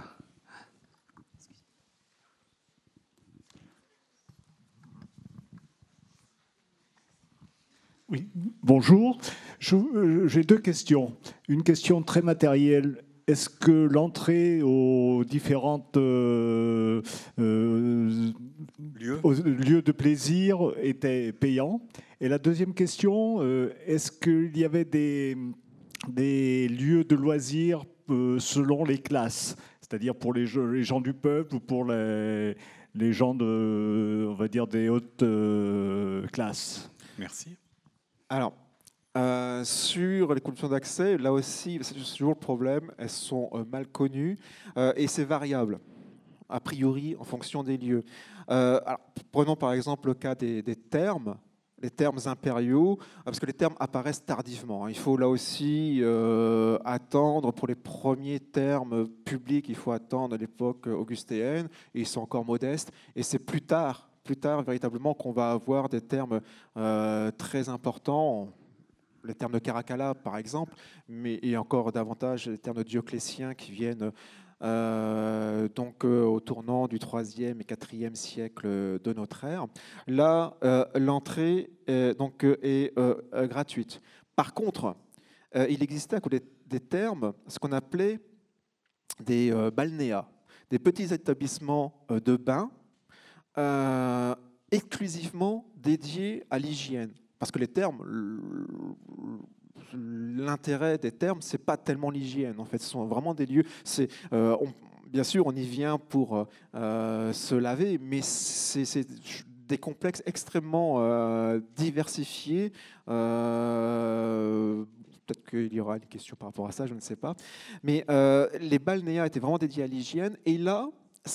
Oui, bonjour. Je, j'ai deux questions. Une question très matérielle. Est-ce que l'entrée aux différentes euh, euh, lieux. aux lieux de plaisir était payant? Et la deuxième question, euh, est-ce qu'il y avait des, des lieux de loisirs euh, selon les classes, c'est-à-dire pour les, les gens du peuple ou pour les, les gens de, on va dire, des hautes euh, classes? Merci. Alors, Euh, sur les conditions d'accès, là aussi, c'est toujours le problème, elles sont euh, mal connues euh, et c'est variable, a priori, en fonction des lieux. Euh, alors, prenons par exemple le cas des, des termes, les termes impériaux, parce que les termes apparaissent tardivement. Il faut là aussi euh, attendre pour les premiers termes publics, il faut attendre l'époque augustéenne, et ils sont encore modestes, et c'est plus tard, plus tard véritablement qu'on va avoir des termes euh, très importants. les termes de Caracalla, par exemple, mais et encore davantage les termes de Dioclétien qui viennent euh, donc euh, au tournant du troisième et quatrième siècle de notre ère. Là, euh, l'entrée euh, donc euh, est euh, euh, gratuite. Par contre, euh, il existait à côté des termes ce qu'on appelait des euh, balnéas, des petits établissements euh, de bains euh, exclusivement dédiés à l'hygiène. Parce que les termes, l'intérêt des termes, c'est pas tellement l'hygiène. En fait, ce sont vraiment des lieux. C'est, euh, on, bien sûr, on y vient pour euh, se laver, mais c'est, c'est des complexes extrêmement euh, diversifiés. Euh, Peut-être qu'il y aura une question par rapport à ça, je ne sais pas. Mais euh, les balnéas étaient vraiment dédiés à l'hygiène. Et là,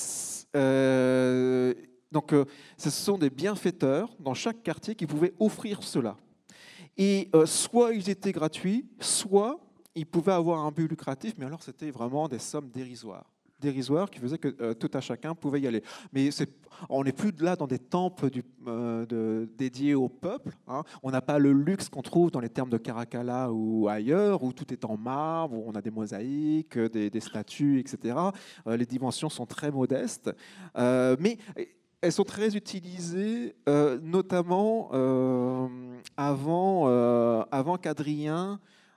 euh, donc, euh, ce sont des bienfaiteurs dans chaque quartier qui pouvaient offrir cela. Et euh, soit ils étaient gratuits, soit ils pouvaient avoir un but lucratif, mais alors c'était vraiment des sommes dérisoires. Dérisoires qui faisaient que euh, tout à chacun pouvait y aller. Mais c'est, on n'est plus là dans des temples du, euh, de, dédiés au peuple. Hein. On n'a pas le luxe qu'on trouve dans les termes de Caracalla ou ailleurs, où tout est en marbre, où on a des mosaïques, des, des statues, et cetera. Euh, les dimensions sont très modestes. Euh, mais elles sont très utilisées, euh, notamment euh, avant, euh, avant qu'Adrien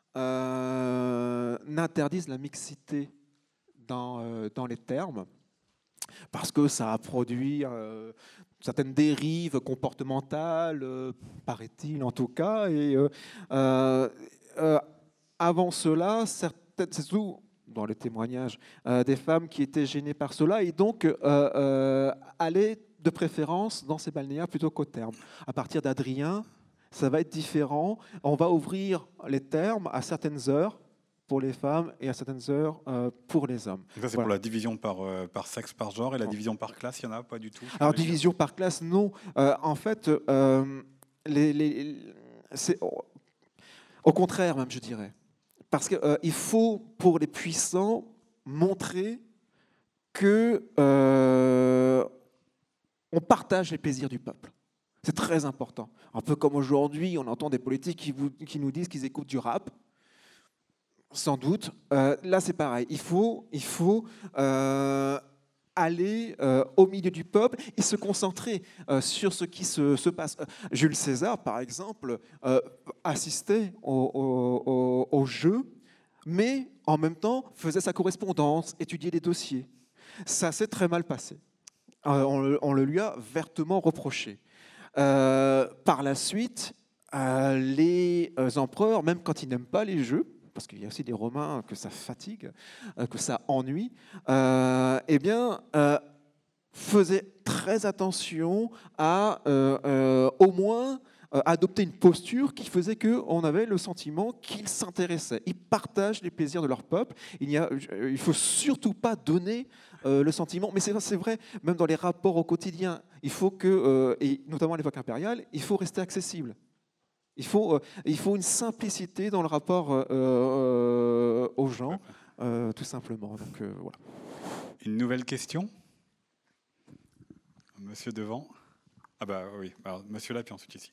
euh, n'interdise la mixité dans, euh, dans les termes, parce que ça a produit euh, certaines dérives comportementales, euh, paraît-il en tout cas. Et euh, euh, euh, avant cela, certaines, c'est surtout dans les témoignages, euh, des femmes qui étaient gênées par cela et donc euh, euh, allaient de préférence dans ces balnéas plutôt qu'aux termes. À partir d'Adrien, ça va être différent. On va ouvrir les termes à certaines heures pour les femmes et à certaines heures euh, pour les hommes. Donc ça, c'est voilà. Pour la division par, euh, par sexe, par genre, et la division par classe, il n'y en a pas du tout? Alors, division par classe, non. Euh, en fait, euh, les, les, c'est au, au contraire même, je dirais. Parce qu'il euh, faut, pour les puissants, montrer que euh, on partage les plaisirs du peuple. C'est très important. Un peu comme aujourd'hui, on entend des politiques qui, vous, qui nous disent qu'ils écoutent du rap. Sans doute. Euh, là, c'est pareil. Il faut, il faut euh, aller euh, au milieu du peuple et se concentrer euh, sur ce qui se, se passe. Jules César, par exemple, euh, assistait au, au, au, au jeu, mais en même temps faisait sa correspondance, étudiait des dossiers. Ça s'est très mal passé. Euh, on, le, on le lui a vertement reproché. Euh, par la suite, euh, les empereurs, même quand ils n'aiment pas les jeux, parce qu'il y a aussi des Romains que ça fatigue, euh, que ça ennuie, euh, eh bien, euh, faisaient très attention à euh, euh, au moins euh, adopter une posture qui faisait qu'on avait le sentiment qu'ils s'intéressaient. Ils partagent les plaisirs de leur peuple. Il ne faut surtout pas donner euh, le sentiment, mais c'est, c'est vrai, même dans les rapports au quotidien, il faut que, euh, et notamment à l'époque impériale, il faut rester accessible. Il faut, euh, il faut une simplicité dans le rapport euh, euh, aux gens, euh, tout simplement. Donc, euh, voilà. Une nouvelle question? Monsieur devant. Ah bah oui, alors, monsieur là, puis ensuite ici.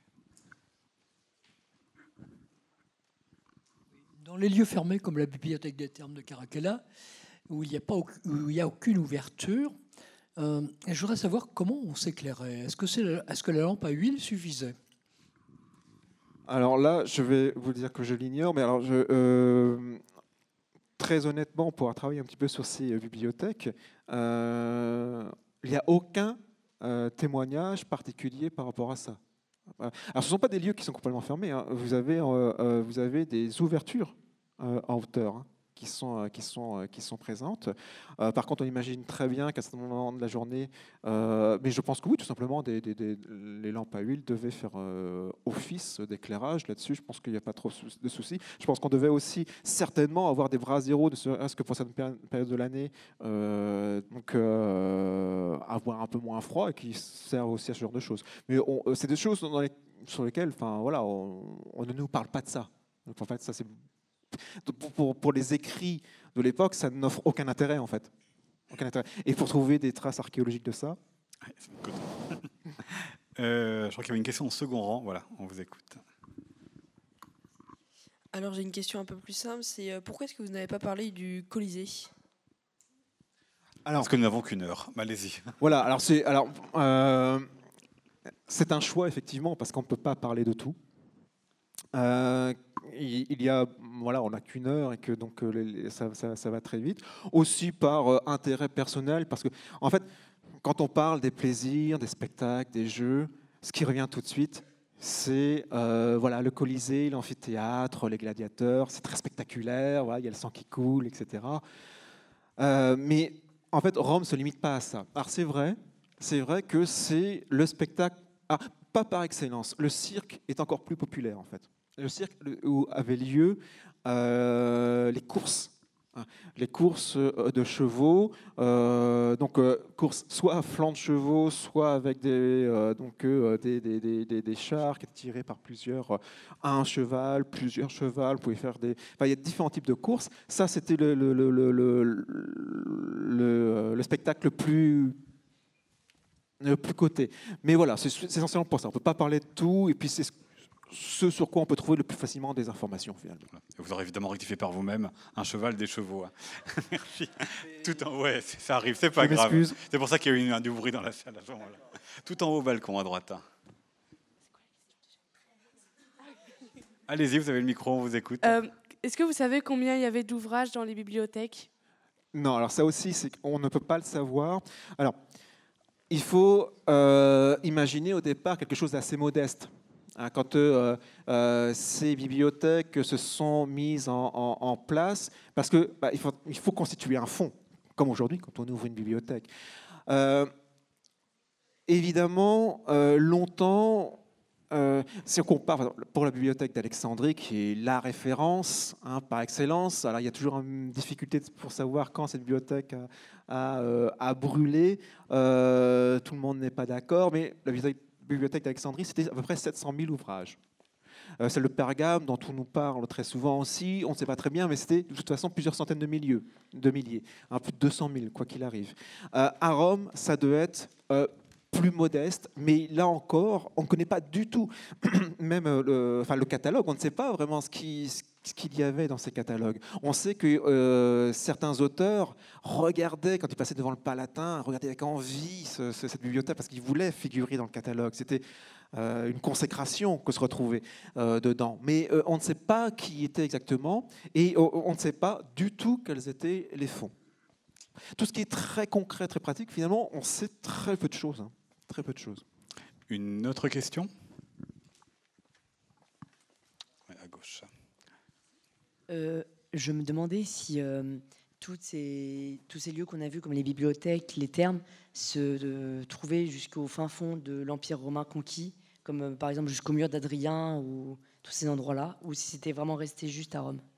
Dans les lieux fermés comme la bibliothèque des termes de Caracalla, où il n'y a, pas, où il y a aucune ouverture, euh, je voudrais savoir comment on s'éclairait. Est-ce que, c'est, est-ce que la lampe à huile suffisait? Alors là, je vais vous dire que je l'ignore, mais alors je, euh, très honnêtement, on pourra travailler un petit peu sur ces euh, bibliothèques. Euh, il n'y a aucun euh, témoignage particulier par rapport à ça. Alors, ce ne sont pas des lieux qui sont complètement fermés. Hein. Vous avez, euh, euh, vous avez des ouvertures euh, en hauteur. Hein. Qui sont, qui, sont, qui sont présentes. Euh, par contre, on imagine très bien qu'à ce moment de la journée, euh, mais je pense que oui, tout simplement, des, des, des, les lampes à huile devaient faire euh, office d'éclairage là-dessus. Je pense qu'il n'y a pas trop de soucis. Je pense qu'on devait aussi certainement avoir des braseros, de ce que pour cette période de l'année, euh, donc euh, avoir un peu moins froid et qui servent aussi à ce genre de choses. Mais on, c'est des choses dans les, sur lesquelles, enfin voilà, on, on ne nous parle pas de ça. En fait, ça c'est Pour, pour, pour les écrits de l'époque, ça n'offre aucun intérêt en fait. Aucun intérêt. Et pour trouver des traces archéologiques de ça. euh, je crois qu'il y avait une question au second rang. Voilà, on vous écoute. Alors j'ai une question un peu plus simple, c'est euh, pourquoi est-ce que vous n'avez pas parlé du Colisée? Alors, Parce que nous n'avons qu'une heure. Allez-y. voilà, alors c'est alors euh, c'est un choix effectivement parce qu'on ne peut pas parler de tout. Euh, il il y a voilà, on n'a qu'une heure et que donc euh, les- les- ça, ça- ça va très vite. Aussi par euh, intérêt personnel parce que en fait, quand on parle des plaisirs, des spectacles, des jeux, ce qui revient tout de suite, c'est euh, voilà le Colisée, l'amphithéâtre, les gladiateurs. C'est très spectaculaire. Voilà, il y a le sang qui coule, et cetera. Euh, mais en fait, Rome ne se limite pas à ça. Alors c'est vrai, c'est vrai que c'est le spectacle, ah, pas par excellence. Le cirque est encore plus populaire en fait. Le cirque le- où avaient lieu euh, les courses. hein, Les courses euh, de chevaux, euh, donc euh, courses soit à flanc de chevaux, soit avec des, euh, donc, euh, des, des, des, des- des chars qui étaient tirés par plusieurs, euh, un cheval, plusieurs chevaux. Vous pouvez faire des, enfin, il y a différents types de courses. Ça, c'était le, le, le, le, le, le- le spectacle le plus, le plus coté. Mais voilà, c'est c'est essentiellement pour ça. On ne peut pas parler de tout, et puis c'est ce ce sur quoi on peut trouver le plus facilement des informations, finalement. Vous aurez évidemment rectifié par vous-même un cheval, des chevaux. hein. Merci. Tout en ouais, c'est- ça arrive, c'est pas Je grave. m'excuse. C'est pour ça qu'il y a eu un du bruit dans la salle à ce moment-là. Tout en haut au balcon à droite. hein. Allez-y, vous avez le micro, on vous écoute. Euh, Est-ce que vous savez combien il y avait d'ouvrages dans les bibliothèques? Non, alors ça aussi, c'est qu'on ne peut pas le savoir. Alors, il faut euh, imaginer au départ quelque chose d'assez modeste. Hein, quand euh, euh, ces bibliothèques se sont mises en, en- en place, parce que bah, il faut, il faut constituer un fonds, comme aujourd'hui quand on ouvre une bibliothèque. Euh, évidemment, euh, longtemps, euh, si on compare par exemple, pour la bibliothèque d'Alexandrie, qui est la référence hein, par excellence, alors il y a toujours une difficulté pour savoir quand cette bibliothèque a, a, euh, a brûlé. Euh, tout le monde n'est pas d'accord, mais la bibliothèque bibliothèque d'Alexandrie, c'était à peu près sept cent mille ouvrages. Euh, celle de Pergame, dont on nous parle très souvent aussi, on ne sait pas très bien, mais c'était de toute façon plusieurs centaines de, milieux, de milliers, hein, plus de deux cent mille, quoi qu'il arrive. Euh, à Rome, ça devait être euh, plus modeste, mais là encore, on ne connaît pas du tout, même euh, le, enfin, le catalogue, on ne sait pas vraiment ce qui, ce qu'il y avait dans ces catalogues. On sait que euh, certains auteurs regardaient, quand ils passaient devant le Palatin, regardaient avec envie ce, ce, cette bibliothèque parce qu'ils voulaient figurer dans le catalogue. C'était euh, une consécration que se retrouvait euh, dedans. Mais euh, on ne sait pas qui était exactement et euh, on ne sait pas du tout quels étaient les fonds. Tout ce qui est très concret, très pratique, finalement, on sait très peu de choses. Hein. Très peu de choses. Une autre question? Ouais, à gauche. Euh, je me demandais si euh, toutes ces, tous ces lieux qu'on a vus, comme les bibliothèques, les thermes, se euh, trouvaient jusqu'au fin fond de l'Empire romain conquis, comme euh, par exemple jusqu'au mur d'Adrien ou tous ces endroits-là, ou si c'était vraiment resté juste à Rome.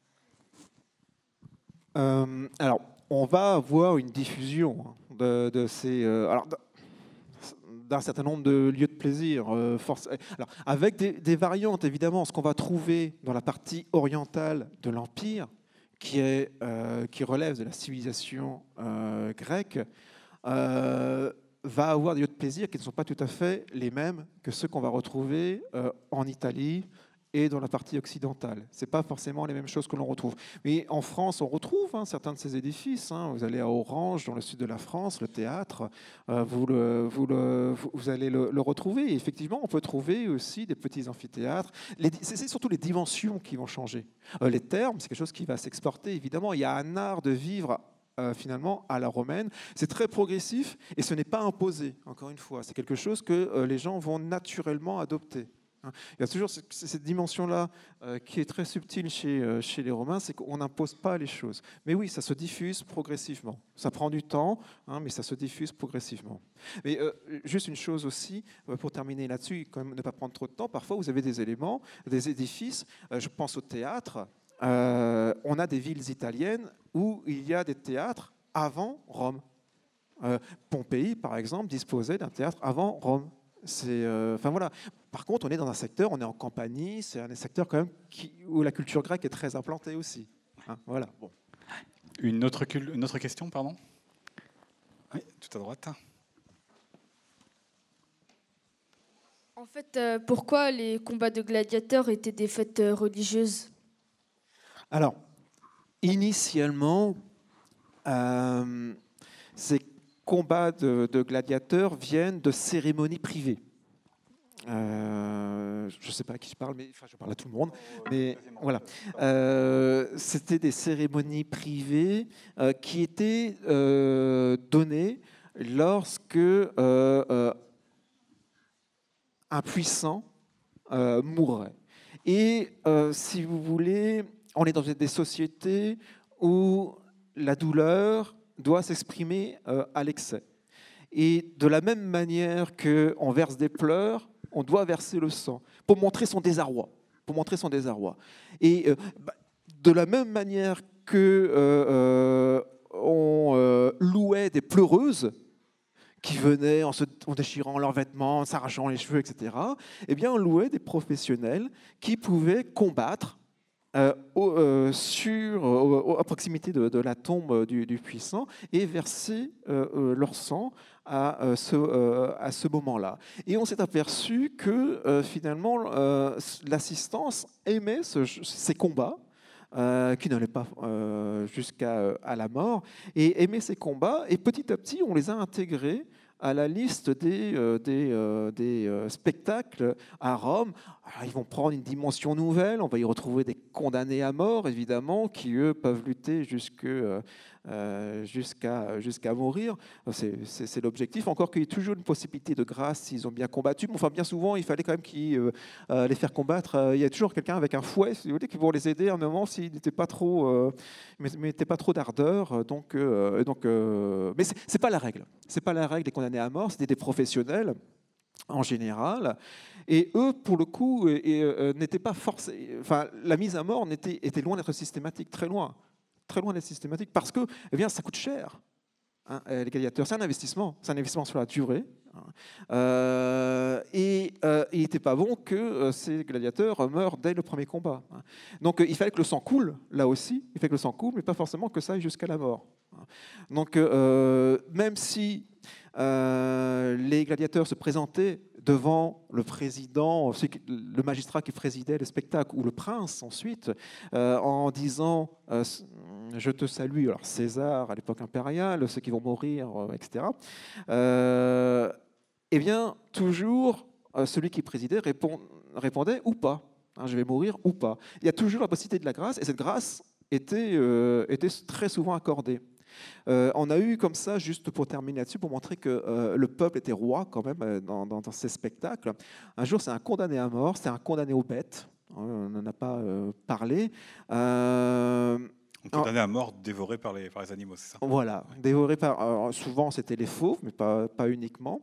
Euh, alors, on va avoir une diffusion hein, de, de ces... Euh, alors, d'un certain nombre de lieux de plaisir, euh, force, alors, avec des, des variantes évidemment. Ce qu'on va trouver dans la partie orientale de l'Empire, qui, est, euh, qui relève de la civilisation euh, grecque, euh, va avoir des lieux de plaisir qui ne sont pas tout à fait les mêmes que ceux qu'on va retrouver euh, en Italie et dans la partie occidentale. Ce n'est pas forcément les mêmes choses que l'on retrouve. Mais en France, on retrouve hein, certains de ces édifices. Hein. Vous allez à Orange, dans le sud de la France, le théâtre, euh, vous, le, vous, le, vous allez le, le retrouver. Et effectivement, on peut trouver aussi des petits amphithéâtres. Les, c'est surtout les dimensions qui vont changer. Euh, les termes, c'est quelque chose qui va s'exporter, évidemment. Il y a un art de vivre Euh, finalement à la romaine. C'est très progressif et ce n'est pas imposé, encore une fois. C'est quelque chose que euh, les gens vont naturellement adopter. Hein. Il y a toujours cette, cette dimension-là euh, qui est très subtile chez, euh, chez les Romains, c'est qu'on n'impose pas les choses. Mais oui, ça se diffuse progressivement. Ça prend du temps, hein, mais ça se diffuse progressivement. Mais euh, juste une chose aussi, euh, pour terminer là-dessus, quand même ne pas prendre trop de temps, parfois vous avez des éléments, des édifices, euh, je pense au théâtre, euh, on a des villes italiennes où il y a des théâtres avant Rome. Euh, Pompéi, par exemple, disposait d'un théâtre avant Rome. C'est, euh, enfin voilà. Par contre, on est dans un secteur, on est en Campanie, c'est un secteur quand même qui, où la culture grecque est très implantée aussi. Hein, voilà. Bon. Une autre, une autre question, pardon? Oui, tout à droite. En fait, euh, pourquoi les combats de gladiateurs étaient des fêtes euh, religieuses? Alors, initialement, euh, ces combats de, de gladiateurs viennent de cérémonies privées. Euh, je ne sais pas à qui je parle, mais enfin, je parle à tout le monde. Mais voilà, euh, c'était des cérémonies privées euh, qui étaient euh, données lorsque euh, euh, un puissant euh, mourrait. Et euh, si vous voulez, on est dans des sociétés où la douleur doit s'exprimer euh, à l'excès. Et de la même manière qu'on verse des pleurs, on doit verser le sang pour montrer son désarroi. Pour montrer son désarroi. Et euh, bah, de la même manière que euh, euh, on euh, louait des pleureuses qui venaient en, se, en déchirant leurs vêtements, en s'arrachant les cheveux, et cetera, eh bien, on louait des professionnels qui pouvaient combattre euh, au, euh, sur, au, à proximité de, de la tombe du, du puissant et verser euh, euh, leur sang à, euh, ce, euh, à ce moment-là. Et on s'est aperçu que euh, finalement, euh, l'assistance aimait ce, ces combats, Euh, qui n'allaient pas euh, jusqu'à euh, à la mort, et aimaient ces combats. Et petit à petit, on les a intégrés à la liste des, euh, des, euh, des euh, spectacles à Rome. Alors, ils vont prendre une dimension nouvelle. On va y retrouver des condamnés à mort, évidemment, qui, eux, peuvent lutter jusque, euh, euh, jusqu'à, jusqu'à mourir. C'est, c'est, c'est l'objectif. Encore qu'il y ait toujours une possibilité de grâce s'ils ont bien combattu. Mais enfin, bien souvent, il fallait quand même qu'ils, euh, euh, les faire combattre. Euh, il y a toujours quelqu'un avec un fouet, si vous voulez, qui pour les aider à un moment s'ils n'étaient pas trop, euh, mais, mais n'étaient pas trop d'ardeur. Donc, euh, donc, euh, mais c'est, c'est pas la règle. C'est pas la règle des condamnés à mort. C'était des professionnels en général. Et eux, pour le coup, et, et, euh, n'étaient pas forcés. Enfin, la mise à mort n'était, était loin d'être systématique, très loin, très loin d'être systématique, parce que, eh bien, ça coûte cher. Hein, les gladiateurs, c'est un investissement, c'est un investissement sur la durée. Hein. Euh, et euh, il n'était pas bon que euh, ces gladiateurs meurent dès le premier combat. Hein. Donc, euh, il fallait que le sang coule, là aussi. Il fallait que le sang coule, mais pas forcément que ça aille jusqu'à la mort. Hein. Donc, euh, même si euh, les gladiateurs se présentaient devant le président, le magistrat qui présidait le spectacle, ou le prince ensuite, euh, en disant euh, « Je te salue », alors César à l'époque impériale, ceux qui vont mourir, euh, et cetera. Euh, eh bien, toujours, euh, celui qui présidait répond, répondait « ou pas hein, ». Je vais mourir ou pas. Il y a toujours la possibilité de la grâce, et cette grâce était, euh, était très souvent accordée. Euh, on a eu comme ça, juste pour terminer là-dessus, pour montrer que euh, le peuple était roi quand même euh, dans, dans, dans ces spectacles. Un jour, c'est un condamné à mort, c'est un condamné aux bêtes. On n'en a pas euh, parlé. Euh, Un condamné à mort dévoré par les, par les animaux, c'est ça? Voilà, dévoré par. Alors, souvent, c'était les fauves, mais pas, pas uniquement.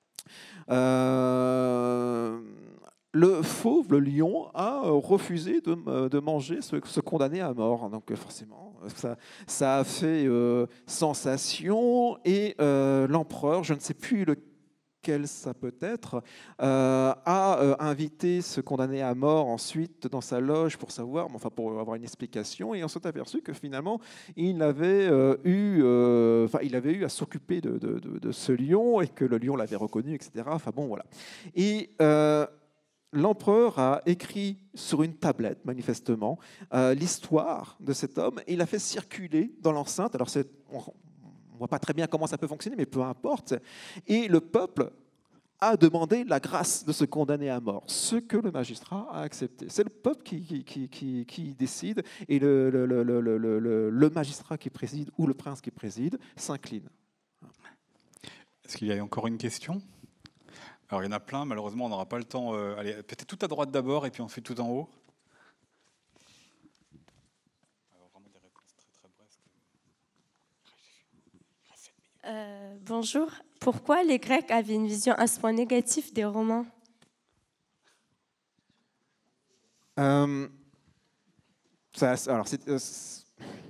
Euh, Le fauve, le lion, a refusé de, de manger ce, ce condamné à mort. Donc forcément, ça, ça a fait euh, sensation. Et euh, l'empereur, je ne sais plus lequel ça peut être, euh, a euh, invité ce condamné à mort ensuite dans sa loge pour savoir, enfin pour avoir une explication. Et on s'est aperçu que finalement, il avait euh, eu, euh, enfin, il avait eu à s'occuper de, de, de, de ce lion et que le lion l'avait reconnu, et cetera. Enfin bon, voilà. Et euh, l'empereur a écrit sur une tablette, manifestement, euh, l'histoire de cet homme et il l'a fait circuler dans l'enceinte. Alors, c'est, on ne voit pas très bien comment ça peut fonctionner, mais peu importe. Et le peuple a demandé la grâce de ce condamné à mort, ce que le magistrat a accepté. C'est le peuple qui, qui, qui, qui, qui décide et le, le, le, le, le, le magistrat qui préside ou le prince qui préside s'incline. Est-ce qu'il y a encore une question ? Alors, il y en a plein, malheureusement, on n'aura pas le temps. Euh, allez, peut-être tout à droite d'abord, et puis ensuite tout en haut. Alors, vraiment des réponses très, très brèves. Euh, bonjour. Pourquoi les Grecs avaient une vision à ce point négative des Romains ? euh, ça, alors c'est, euh, c'est,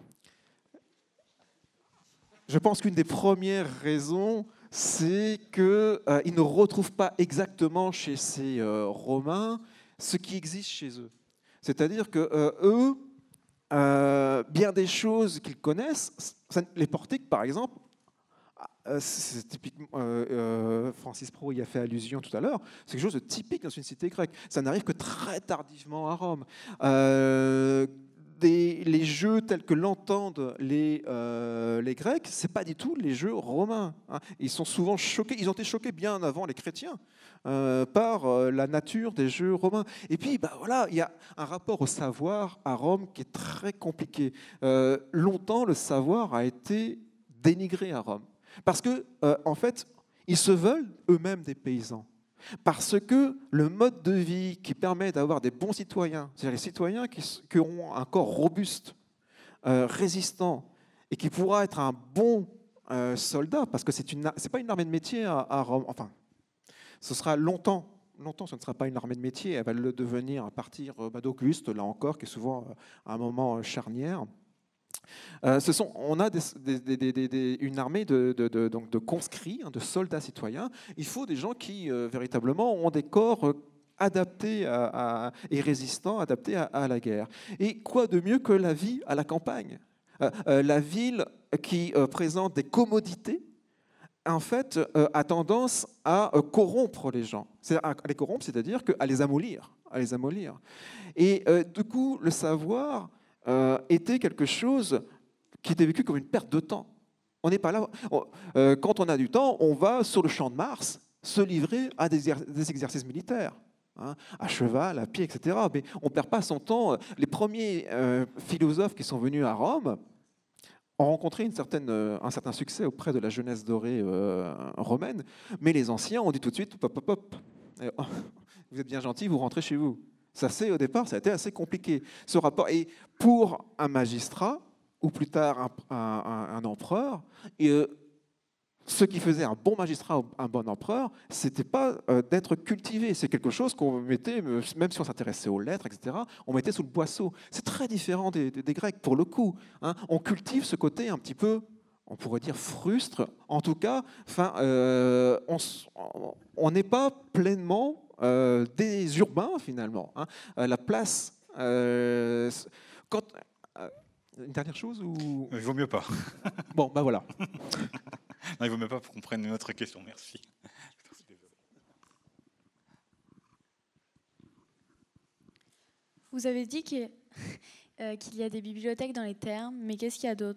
Je pense qu'une des premières raisons, c'est qu'ils euh, ne retrouvent pas exactement chez ces euh, Romains ce qui existe chez eux. C'est-à-dire que euh, eux, euh, bien des choses qu'ils connaissent, ça, les portiques par exemple, c'est typiquement, euh, euh, Francis Pro y a fait allusion tout à l'heure, c'est quelque chose de typique dans une cité grecque. Ça n'arrive que très tardivement à Rome. Euh, des, les jeux tels que l'entendent les, euh, les Grecs, ce n'est pas du tout les jeux romains. Hein. Ils sont souvent choqués, ils ont été choqués bien avant les chrétiens euh, par euh, la nature des jeux romains. Et puis, bah, voilà, il y a un rapport au savoir à Rome qui est très compliqué. Euh, longtemps, le savoir a été dénigré à Rome. Parce que, euh, en fait, ils se veulent eux-mêmes des paysans. Parce que le mode de vie qui permet d'avoir des bons citoyens, c'est-à-dire les citoyens qui, qui ont un corps robuste, euh, résistant, et qui pourra être un bon euh, soldat, parce que ce n'est pas une armée de métier à, à Rome, enfin, ce sera longtemps, longtemps ce ne sera pas une armée de métier, elle va le devenir à partir bah, d'Auguste, là encore, qui est souvent euh, un moment charnière. Euh, ce sont, on a des, des, des, des, des, une armée de, de, de, donc de conscrits, hein, de soldats citoyens. Il faut des gens qui, euh, véritablement, ont des corps euh, adaptés à, à, et résistants, adaptés à, à la guerre. Et quoi de mieux que la vie à la campagne ? euh, euh, La ville qui euh, présente des commodités, en fait, euh, a tendance à euh, corrompre les gens. À les corrompre, c'est-à-dire à les amollir. À les amollir. Et euh, du coup, le savoir... Euh, était quelque chose qui était vécu comme une perte de temps. On n'est pas là. On, euh, quand on a du temps, on va sur le champ de Mars se livrer à des, des exercices militaires, hein, à cheval, à pied, et cetera. Mais on ne perd pas son temps. Les premiers euh, philosophes qui sont venus à Rome ont rencontré une certaine, euh, un certain succès auprès de la jeunesse dorée euh, romaine, mais les anciens ont dit tout de suite, hop, hop, hop, et, oh, vous êtes bien gentil, vous rentrez chez vous. Ça, c'est, au départ, ça a été assez compliqué, ce rapport. Et pour un magistrat, ou plus tard un, un, un empereur, et, euh, ce qui faisait un bon magistrat, un bon empereur, ce n'était pas euh, d'être cultivé. C'est quelque chose qu'on mettait, même si on s'intéressait aux lettres, et cetera, on mettait sous le boisseau. C'est très différent des, des, des Grecs, pour le coup. Hein. On cultive ce côté un petit peu, on pourrait dire frustre. En tout cas, enfin, euh, on n'est pas pleinement... Euh, des urbains, finalement. Hein. Euh, la place... Euh, quand, euh, une dernière chose ou... Il vaut mieux pas. Bon, ben voilà. Non, il vaut mieux pas pour qu'on prenne une autre question. Merci. Vous avez dit qu'il euh, qu'il y a des bibliothèques dans les thermes, mais qu'est-ce qu'il y a d'autre ?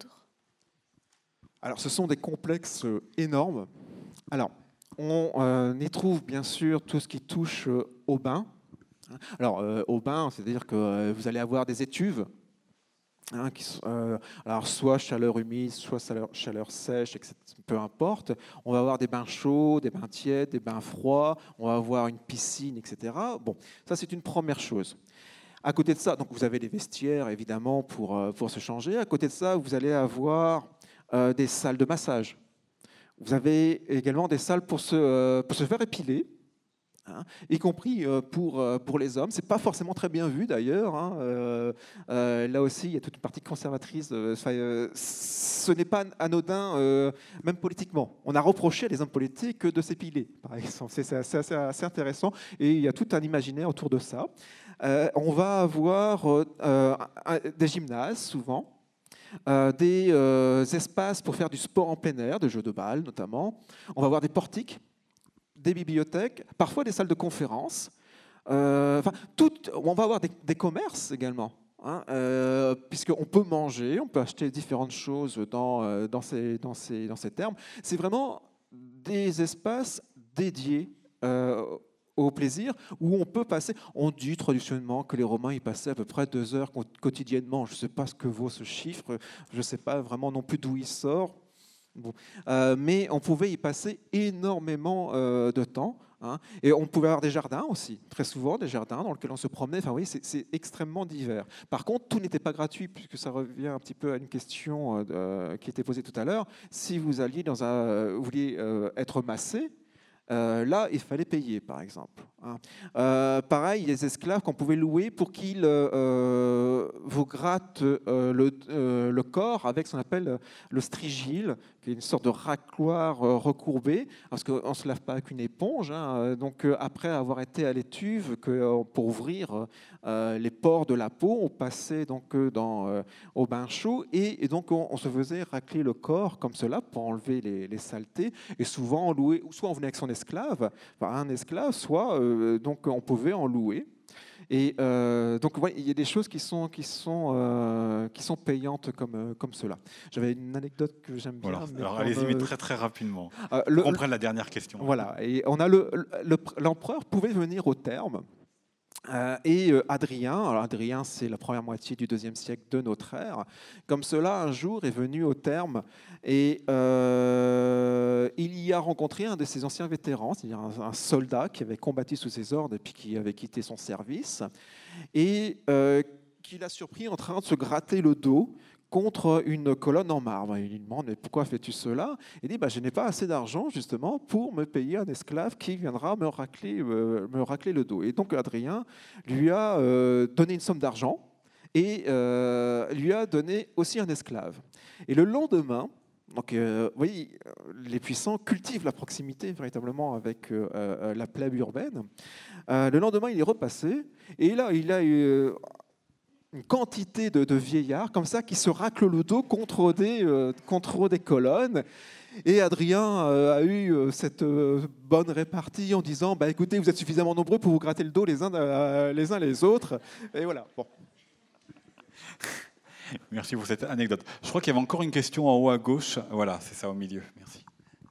Alors, ce sont des complexes énormes. Alors, on euh, y trouve bien sûr tout ce qui touche euh, au bain. Alors, euh, au bain, c'est-à-dire que euh, vous allez avoir des étuves, hein, qui sont, euh, alors soit chaleur humide, soit chaleur, chaleur sèche, et cetera, peu importe. On va avoir des bains chauds, des bains tièdes, des bains froids. On va avoir une piscine, et cetera. Bon, ça c'est une première chose. À côté de ça, donc vous avez les vestiaires évidemment pour euh, pour se changer. À côté de ça, vous allez avoir euh, des salles de massage. Vous avez également des salles pour se, euh, pour se faire épiler, hein, y compris euh, pour, euh, pour les hommes. Ce n'est pas forcément très bien vu d'ailleurs. Hein. Euh, euh, là aussi, il y a toute une partie conservatrice. Euh, euh, ce n'est pas anodin, euh, même politiquement. On a reproché à des hommes politiques de s'épiler, par exemple. C'est assez, assez, assez intéressant. Et il y a tout un imaginaire autour de ça. Euh, on va avoir euh, des gymnases, souvent. Euh, des euh, espaces pour faire du sport en plein air, de jeux de balle notamment. On va avoir des portiques, des bibliothèques, parfois des salles de conférence. Euh, enfin, tout, on va avoir des, des commerces également, hein, euh, puisqu'on peut manger, on peut acheter différentes choses dans, euh, dans, ces, dans, ces, dans ces termes. C'est vraiment des espaces dédiés euh, au plaisir, où on peut passer. On dit traditionnellement que les Romains y passaient à peu près deux heures quotidiennement. Je ne sais pas ce que vaut ce chiffre, je ne sais pas vraiment non plus d'où il sort. Bon. Euh, mais on pouvait y passer énormément euh, de temps. Hein. Et on pouvait avoir des jardins aussi, très souvent des jardins dans lesquels on se promenait. Enfin oui, c'est, c'est extrêmement divers. Par contre, tout n'était pas gratuit, puisque ça revient un petit peu à une question euh, qui était posée tout à l'heure. Si vous alliez dans un, vous vouliez euh, être massé, Euh, là, il fallait payer, par exemple. Hein. Euh, pareil, il y a des esclaves qu'on pouvait louer pour qu'ils euh, vous grattent euh, le, euh, le corps avec ce qu'on appelle le strigile, qui est une sorte de racloir euh, recourbé, parce qu'on ne se lave pas avec une éponge. Hein. Donc, euh, après avoir été à l'étuve, que, euh, pour ouvrir euh, les pores de la peau, on passait donc, euh, dans, euh, au bain chaud, et, et donc on, on se faisait racler le corps comme cela pour enlever les, les saletés. Et souvent, on louait, soit on venait avec son esclave, enfin, un esclave, soit euh, donc on pouvait en louer. Et euh, donc, ouais, il y a des choses qui sont, qui sont, euh, qui sont payantes comme, euh, comme cela. J'avais une anecdote que j'aime bien. Voilà. mais Alors comme, allez-y, mais euh, très très rapidement. euh, le- On prenne la dernière question. Voilà, et on a le, le- l'empereur pouvait venir au terme. Euh, et euh, Adrien, alors Adrien c'est la première moitié du deuxième siècle de notre ère, comme cela un jour est venu au terme et euh, il y a rencontré un de ses anciens vétérans, c'est-à-dire un, un soldat qui avait combattu sous ses ordres et puis qui avait quitté son service et euh, qui l'a surpris en train de se gratter le dos contre une colonne en marbre. Il lui demande « Mais pourquoi fais-tu cela ?» Il dit bah, « Je n'ai pas assez d'argent justement pour me payer un esclave qui viendra me racler, euh, me racler le dos. » Et donc Adrien lui a euh, donné une somme d'argent et euh, lui a donné aussi un esclave. Et le lendemain, donc, euh, vous voyez, les puissants cultivent la proximité véritablement avec euh, euh, la plèbe urbaine. Euh, le lendemain, il est repassé et là, il a eu une quantité de, de vieillards comme ça qui se raclent le dos contre des, euh, contre des colonnes. Et Adrien euh, a eu euh, cette euh, bonne répartie en disant bah, écoutez, vous êtes suffisamment nombreux pour vous gratter le dos les uns, euh, les, uns les autres. Et voilà. Bon. Merci pour cette anecdote. Je crois qu'il y avait encore une question en haut à gauche. Voilà, c'est ça au milieu. Merci.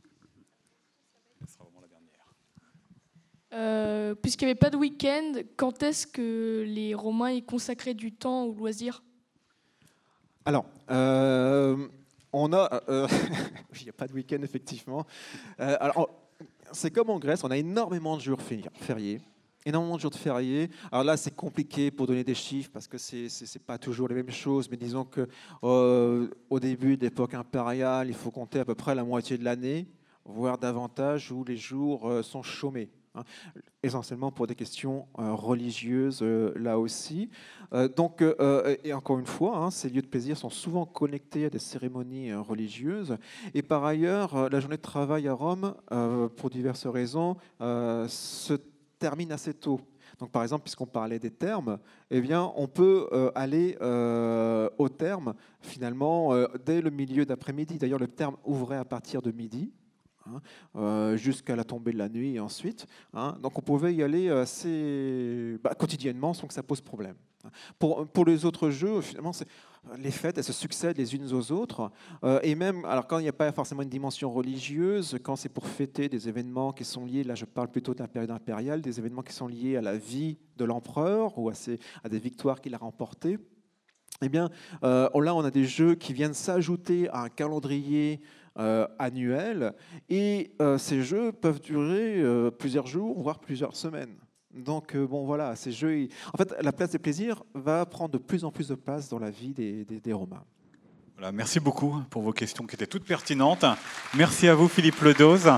Euh, Puisqu'il n'y avait pas de week-end, quand est-ce que les Romains y consacraient du temps aux loisirs? Alors, euh, on a... euh, il n'y a pas de week-end, effectivement. Euh, alors, c'est comme en Grèce, on a énormément de jours fériés. Énormément de jours de fériés. Alors là, c'est compliqué pour donner des chiffres parce que c'est c'est pas toujours les mêmes choses. Mais disons que euh, au début de l'époque impériale, il faut compter à peu près la moitié de l'année, voire davantage, où les jours euh, sont chômés. Hein, essentiellement pour des questions euh, religieuses euh, là aussi. Euh, donc, euh, et encore une fois, hein, ces lieux de plaisir sont souvent connectés à des cérémonies euh, religieuses. Et par ailleurs, euh, la journée de travail à Rome, euh, pour diverses raisons, euh, se termine assez tôt. Donc, par exemple, puisqu'on parlait des termes, eh bien, on peut euh, aller euh, au terme finalement euh, dès le milieu d'après-midi. D'ailleurs, le terme ouvrait à partir de midi. Hein, euh, jusqu'à la tombée de la nuit et ensuite. Hein, donc on pouvait y aller assez bah, quotidiennement sans que ça pose problème. Pour, pour les autres jeux, finalement, les fêtes, elles se succèdent les unes aux autres. Euh, et même, alors quand il n'y a pas forcément une dimension religieuse, quand c'est pour fêter des événements qui sont liés, là je parle plutôt de la période impériale, des événements qui sont liés à la vie de l'empereur ou à, ces, à des victoires qu'il a remportées, eh bien, euh, là on a des jeux qui viennent s'ajouter à un calendrier Euh, annuel, et euh, ces jeux peuvent durer euh, plusieurs jours, voire plusieurs semaines. Donc, euh, bon, voilà, ces jeux... Ils... En fait, la place des plaisirs va prendre de plus en plus de place dans la vie des, des, des Romains. Voilà, merci beaucoup pour vos questions qui étaient toutes pertinentes. Merci à vous, Philippe Ledoz.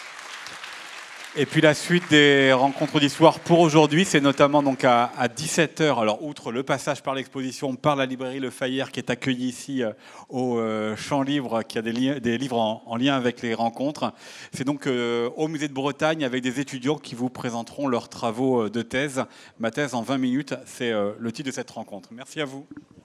Et puis la suite des rencontres d'histoire pour aujourd'hui, c'est notamment donc à, à dix-sept heures, alors outre le passage par l'exposition, par la librairie Le Fayère qui est accueillie ici euh, au euh, Champ Libre, qui a des, li- des livres en, en lien avec les rencontres. C'est donc euh, au Musée de Bretagne avec des étudiants qui vous présenteront leurs travaux de thèse. Ma thèse en vingt minutes, c'est euh, le titre de cette rencontre. Merci à vous.